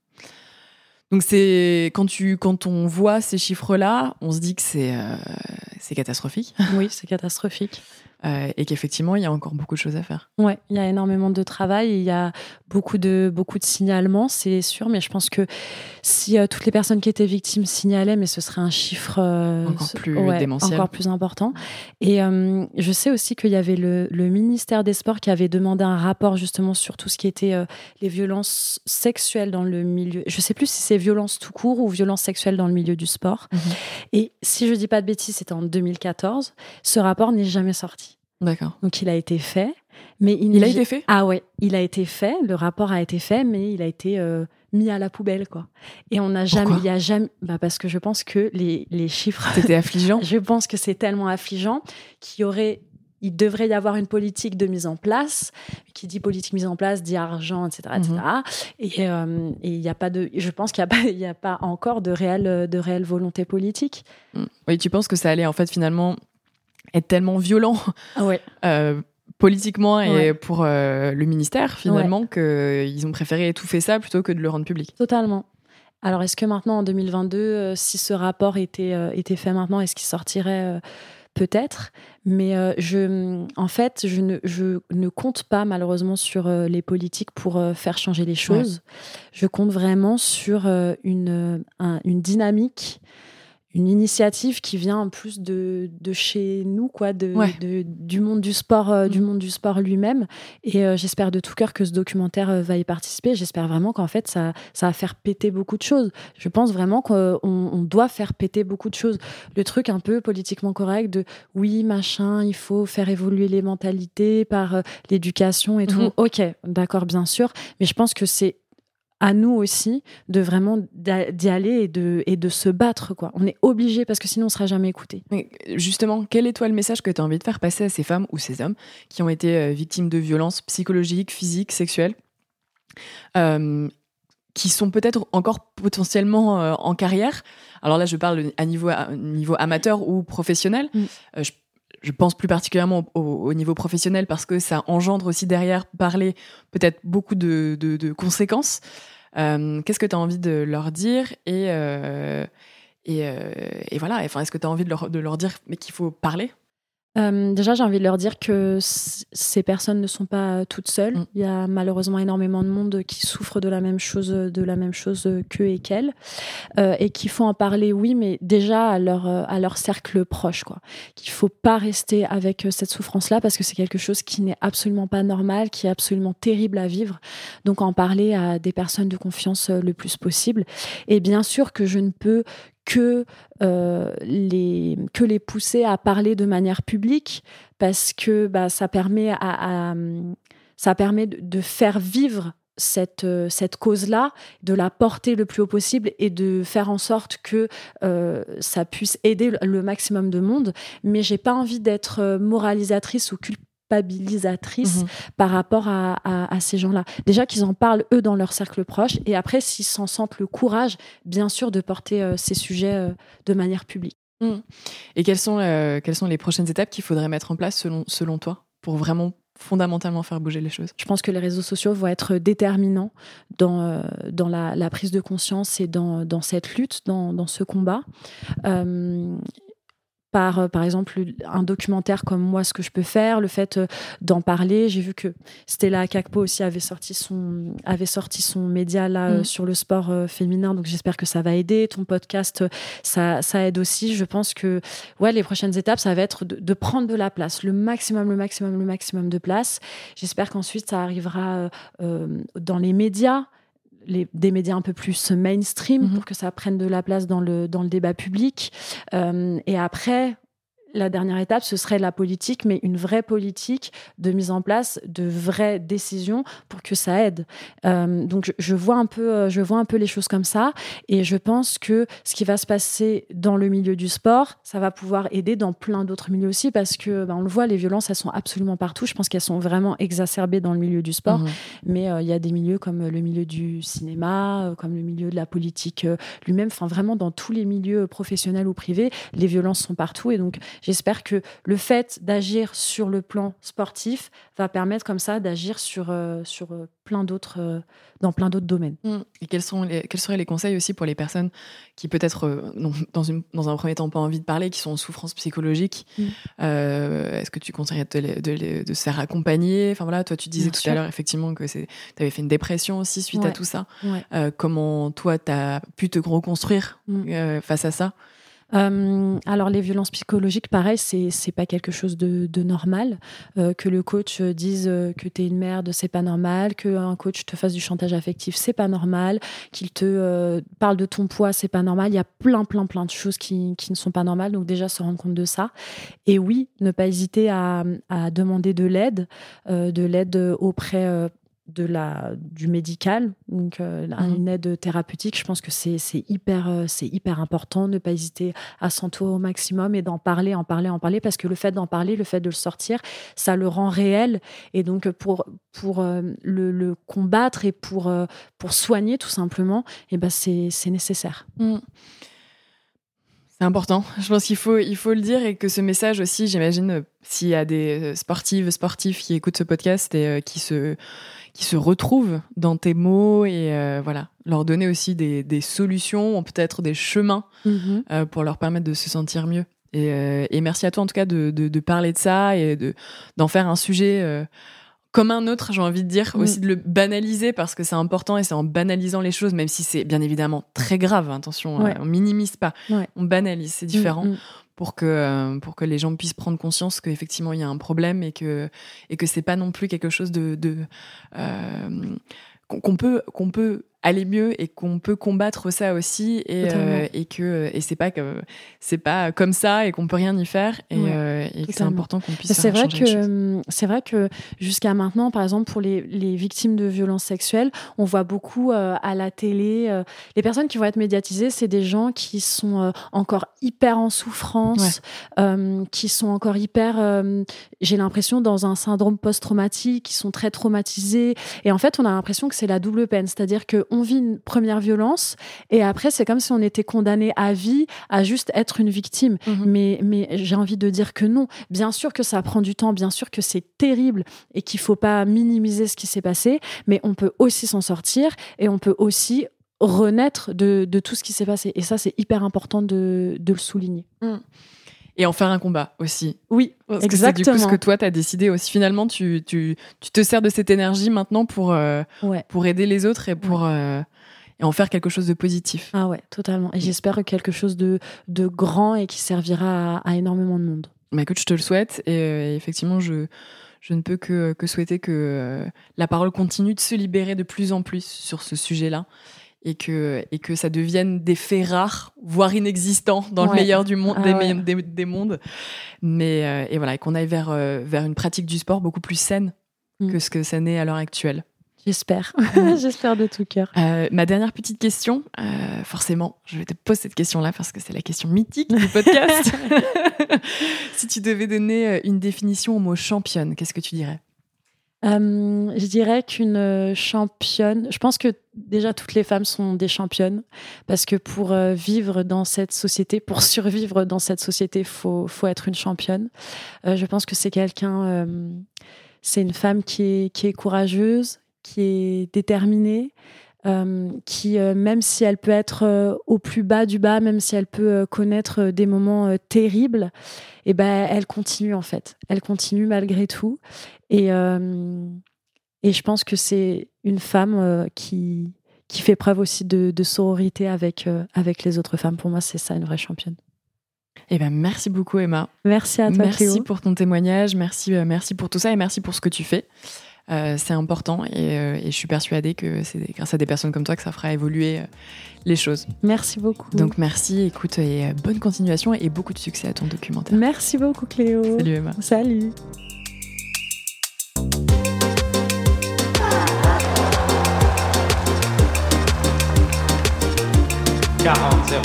Donc c'est quand tu quand on voit ces chiffres-là, on se dit que c'est euh, c'est catastrophique. Oui, c'est catastrophique. Euh, et qu'effectivement, il y a encore beaucoup de choses à faire. Ouais, il y a énormément de travail, et il y a beaucoup de beaucoup de signalements, c'est sûr, mais je pense que si euh, toutes les personnes qui étaient victimes signalaient, mais ce serait un chiffre euh, encore plus ouais, démentiel, encore plus important. Et euh, je sais aussi qu'il y avait le, le ministère des Sports qui avait demandé un rapport justement sur tout ce qui était euh, les violences sexuelles dans le milieu. Je sais plus si c'est violences tout court ou violences sexuelles dans le milieu du sport. Mmh. Et si je dis pas de bêtises, c'était en deux mille quatorze. Ce rapport n'est jamais sorti. D'accord. Donc il a été fait, mais il, il a été fait. Ah ouais, il a été fait. Le rapport a été fait, mais il a été euh, mis à la poubelle, quoi. Et on n'a jamais, il y a jamais, bah parce que je pense que les les chiffres. C'était affligeant. Je pense que c'est tellement affligeant qu'il y aurait, il devrait y avoir une politique de mise en place. Qui dit politique mise en place dit argent, et cetera, et cetera. Mm-hmm. Et euh, et il y a pas de, je pense qu'il y a pas, il y a pas encore de réelle de réelle volonté politique. Mm. Oui, tu penses que ça allait en fait finalement être tellement violent ouais. euh, politiquement et ouais. pour euh, le ministère finalement ouais. qu'ils ont préféré étouffer ça plutôt que de le rendre public. Totalement. Alors est-ce que maintenant en deux mille vingt-deux, euh, si ce rapport était, euh, était fait maintenant, est-ce qu'il sortirait euh, peut-être, mais euh, je, en fait, je ne, je ne compte pas malheureusement sur euh, les politiques pour euh, faire changer les choses. Ouais. Je compte vraiment sur euh, une, un, une dynamique, une initiative qui vient en plus de, de chez nous, quoi, de, ouais. de, du monde du sport, euh, mmh. du monde du sport lui-même. Et euh, j'espère de tout cœur que ce documentaire euh, va y participer. J'espère vraiment qu'en fait, ça, ça va faire péter beaucoup de choses. Je pense vraiment qu'on on doit faire péter beaucoup de choses. Le truc un peu politiquement correct de oui, machin, il faut faire évoluer les mentalités par euh, l'éducation et tout. Mmh. Ok, d'accord, bien sûr. Mais je pense que c'est à nous aussi de vraiment d'y aller et de, et de se battre, quoi. On est obligé parce que sinon on ne sera jamais écouté. Mais justement, quel est toi le message que tu as envie de faire passer à ces femmes ou ces hommes qui ont été euh, victimes de violences psychologiques, physiques, sexuelles, euh, qui sont peut-être encore potentiellement euh, en carrière? Alors là, je parle à niveau, à niveau amateur ou professionnel. Mm. Euh, je Je pense plus particulièrement au, au, au niveau professionnel parce que ça engendre aussi derrière parler peut-être beaucoup de, de, de conséquences. Euh, qu'est-ce que tu as envie de leur dire et, euh, et, euh, et voilà, enfin, est-ce que tu as envie de leur, de leur dire mais qu'il faut parler ? Euh, déjà, j'ai envie de leur dire que c- ces personnes ne sont pas toutes seules. Mm. Il y a malheureusement énormément de monde qui souffre de la même chose, de la même chose qu'eux et qu'elles, euh, et qu'il faut en parler, oui, mais déjà à leur, à leur cercle proche, quoi. Qu'il faut pas rester avec cette souffrance-là parce que c'est quelque chose qui n'est absolument pas normal, qui est absolument terrible à vivre. Donc, en parler à des personnes de confiance le plus possible. Et bien sûr que je ne peux que euh, les que les pousser à parler de manière publique parce que bah ça permet à, à ça permet de, de faire vivre cette cette cause-là, de la porter le plus haut possible et de faire en sorte que euh, ça puisse aider le maximum de monde. Mais j'ai pas envie d'être moralisatrice ou culpabilisatrice culpabilisatrice mmh. par rapport à, à, à ces gens-là. Déjà qu'ils en parlent, eux, dans leur cercle proche, et après, s'ils s'en sentent le courage, bien sûr, de porter euh, ces sujets euh, de manière publique. Mmh. Et quelles sont, euh, quelles sont les prochaines étapes qu'il faudrait mettre en place, selon, selon toi, pour vraiment fondamentalement faire bouger les choses? Je pense que les réseaux sociaux vont être déterminants dans, euh, dans la, la prise de conscience et dans, dans cette lutte, dans, dans ce combat. Euh, Par, par exemple, un documentaire comme moi, ce que je peux faire, le fait d'en parler. J'ai vu que Stella Kakpo aussi avait sorti son, avait sorti son média là, mmh. euh, sur le sport euh, féminin, donc j'espère que ça va aider. Ton podcast, ça, ça aide aussi. Je pense que ouais, les prochaines étapes, ça va être de, de prendre de la place, le maximum, le maximum, le maximum de place. J'espère qu'ensuite, ça arrivera euh, dans les médias, Les, des médias un peu plus mainstream mmh. pour que ça prenne de la place dans le, dans le débat public. Euh, et après, la dernière étape, ce serait la politique, mais une vraie politique de mise en place de vraies décisions pour que ça aide. Euh, donc, je, je, vois un peu, je vois un peu les choses comme ça. Et je pense que ce qui va se passer dans le milieu du sport, ça va pouvoir aider dans plein d'autres milieux aussi, parce que, ben, on le voit, les violences, elles sont absolument partout. Je pense qu'elles sont vraiment exacerbées dans le milieu du sport. Mmh. Mais il euh, y a des milieux comme le milieu du cinéma, euh, comme le milieu de la politique euh, lui-même. Enfin, vraiment, dans tous les milieux professionnels ou privés, les violences sont partout. Et donc, j'espère que le fait d'agir sur le plan sportif va permettre comme ça d'agir sur, euh, sur euh, plein d'autres, euh, dans plein d'autres domaines. Et quels, sont les, quels seraient les conseils aussi pour les personnes qui peut-être, euh, non, dans, une, dans un premier temps, pas envie de parler, qui sont en souffrance psychologique mmh. euh, Est-ce que tu conseillerais de, de, de, de se faire accompagner? Enfin voilà, toi tu disais Bien tout sûr. à l'heure effectivement que tu avais fait une dépression aussi suite ouais. à tout ça. Ouais. Euh, comment toi tu as pu te reconstruire mmh. euh, face à ça? Euh, alors les violences psychologiques, pareil, c'est c'est pas quelque chose de, de normal. Euh, que le coach dise que t'es une merde, c'est pas normal. Que un coach te fasse du chantage affectif, c'est pas normal. Qu'il te euh, parle de ton poids, c'est pas normal. Il y a plein, plein, plein de choses qui qui ne sont pas normales. Donc déjà se rendre compte de ça. Et oui, ne pas hésiter à à demander de l'aide, euh, de l'aide auprès euh, de la du médical, donc euh, mmh. une aide thérapeutique. Je pense que c'est c'est hyper euh, c'est hyper important. Ne pas hésiter à s'entourer au maximum et d'en parler, en parler, en parler, parce que le fait d'en parler, le fait de le sortir, ça le rend réel. Et donc pour pour euh, le, le combattre et pour euh, pour soigner tout simplement, et ben c'est c'est nécessaire. Mmh. C'est important. Je pense qu'il faut, il faut le dire, et que ce message aussi, j'imagine, euh, s'il y a des sportives, sportifs qui écoutent ce podcast et euh, qui se, qui se retrouvent dans tes mots, et euh, voilà, leur donner aussi des, des solutions, peut-être des chemins mm-hmm. euh, pour leur permettre de se sentir mieux. Et, euh, et merci à toi en tout cas de, de, de parler de ça et de, d'en faire un sujet euh, comme un autre, j'ai envie de dire, mmh. aussi de le banaliser, parce que c'est important, et c'est en banalisant les choses, même si c'est bien évidemment très grave, attention, ouais. euh, on minimise pas, ouais. on banalise, c'est différent, mmh. pour que, euh, pour que les gens puissent prendre conscience qu'effectivement il y a un problème, et que, et que c'est pas non plus quelque chose de, de euh, qu'on, qu'on peut, qu'on peut aller mieux, et qu'on peut combattre ça aussi, et, euh, et que et c'est pas que c'est pas comme ça, et qu'on peut rien y faire, et, ouais, euh, et que c'est important qu'on puisse c'est faire vrai que c'est vrai que jusqu'à maintenant, par exemple, pour les, les victimes de violences sexuelles, on voit beaucoup euh, à la télé euh, les personnes qui vont être médiatisées, c'est des gens qui sont euh, encore hyper en souffrance, ouais. euh, qui sont encore hyper euh, j'ai l'impression dans un syndrome post-traumatique, qui sont très traumatisés, et en fait on a l'impression que c'est la double peine, c'est-à-dire que on vit une première violence, et après c'est comme si on était condamné à vie à juste être une victime. Mmh. Mais, mais j'ai envie de dire que non. Bien sûr que ça prend du temps, bien sûr que c'est terrible, et qu'il faut pas minimiser ce qui s'est passé, mais on peut aussi s'en sortir, et on peut aussi renaître de, de tout ce qui s'est passé. Et ça, c'est hyper important de, de le souligner. Mmh. Et en faire un combat aussi. Oui, parce exactement. Que c'est du coup ce que toi, tu as décidé aussi. Finalement, tu, tu, tu te sers de cette énergie maintenant pour, euh, ouais. pour aider les autres, et pour ouais. euh, et en faire quelque chose de positif. Ah ouais, totalement. Et j'espère quelque chose de, de grand, et qui servira à, à énormément de monde. Bah écoute, je te le souhaite. Et, euh, et effectivement, je, je ne peux que, que souhaiter que euh, la parole continue de se libérer de plus en plus sur ce sujet-là. Et que, et que ça devienne des faits rares, voire inexistants dans ouais. le meilleur du monde, ah des, ouais. des, des mondes. Mais, euh, et voilà, et qu'on aille vers, euh, vers une pratique du sport beaucoup plus saine mm. que ce que ça n'est à l'heure actuelle. J'espère. Mm. J'espère de tout cœur. Euh, ma dernière petite question, euh, forcément, je vais te poser cette question-là parce que c'est la question mythique du podcast. Si tu devais donner une définition au mot championne, qu'est-ce que tu dirais ? Euh, je dirais qu'une championne, je pense que déjà toutes les femmes sont des championnes, parce que pour euh, vivre dans cette société, pour survivre dans cette société, faut faut être une championne. Euh, je pense que c'est quelqu'un, euh, c'est une femme qui est qui est courageuse, qui est déterminée, euh, qui euh, même si elle peut être euh, au plus bas du bas, même si elle peut euh, connaître euh, des moments euh, terribles, et ben elle continue en fait, elle continue malgré tout. Et, euh, et je pense que c'est une femme euh, qui, qui fait preuve aussi de, de sororité avec, euh, avec les autres femmes. Pour moi, c'est ça, une vraie championne. Eh ben, merci beaucoup, Emma. Merci à toi, Merci Cléo. pour ton témoignage, merci, euh, merci pour tout ça, et merci pour ce que tu fais. Euh, c'est important et, euh, et je suis persuadée que c'est grâce à des personnes comme toi que ça fera évoluer euh, les choses. Merci beaucoup. Donc merci, écoute, et euh, bonne continuation et beaucoup de succès à ton documentaire. Merci beaucoup Cléo. Salut Emma. Salut. quarante zéro.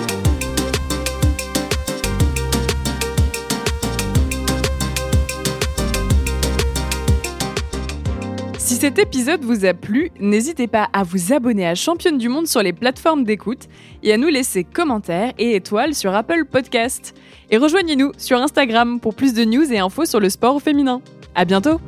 Si cet épisode vous a plu, n'hésitez pas à vous abonner à Championne du Monde sur les plateformes d'écoute et à nous laisser commentaires et étoiles sur Apple Podcast. Et rejoignez-nous sur Instagram pour plus de news et infos sur le sport féminin. À bientôt!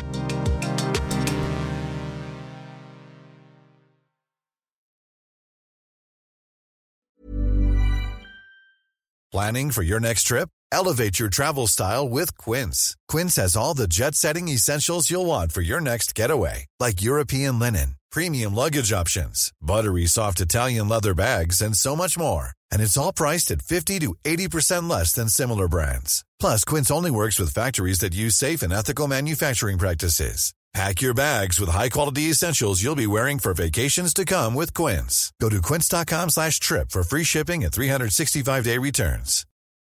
Planning for your next trip? Elevate your travel style with Quince. Quince has all the jet-setting essentials you'll want for your next getaway, like European linen, premium luggage options, buttery soft Italian leather bags, and so much more. And it's all priced at fifty to eighty percent less than similar brands. Plus, Quince only works with factories that use safe and ethical manufacturing practices. Pack your bags with high-quality essentials you'll be wearing for vacations to come with Quince. Go to quince.com slash trip for free shipping and three sixty-five day returns.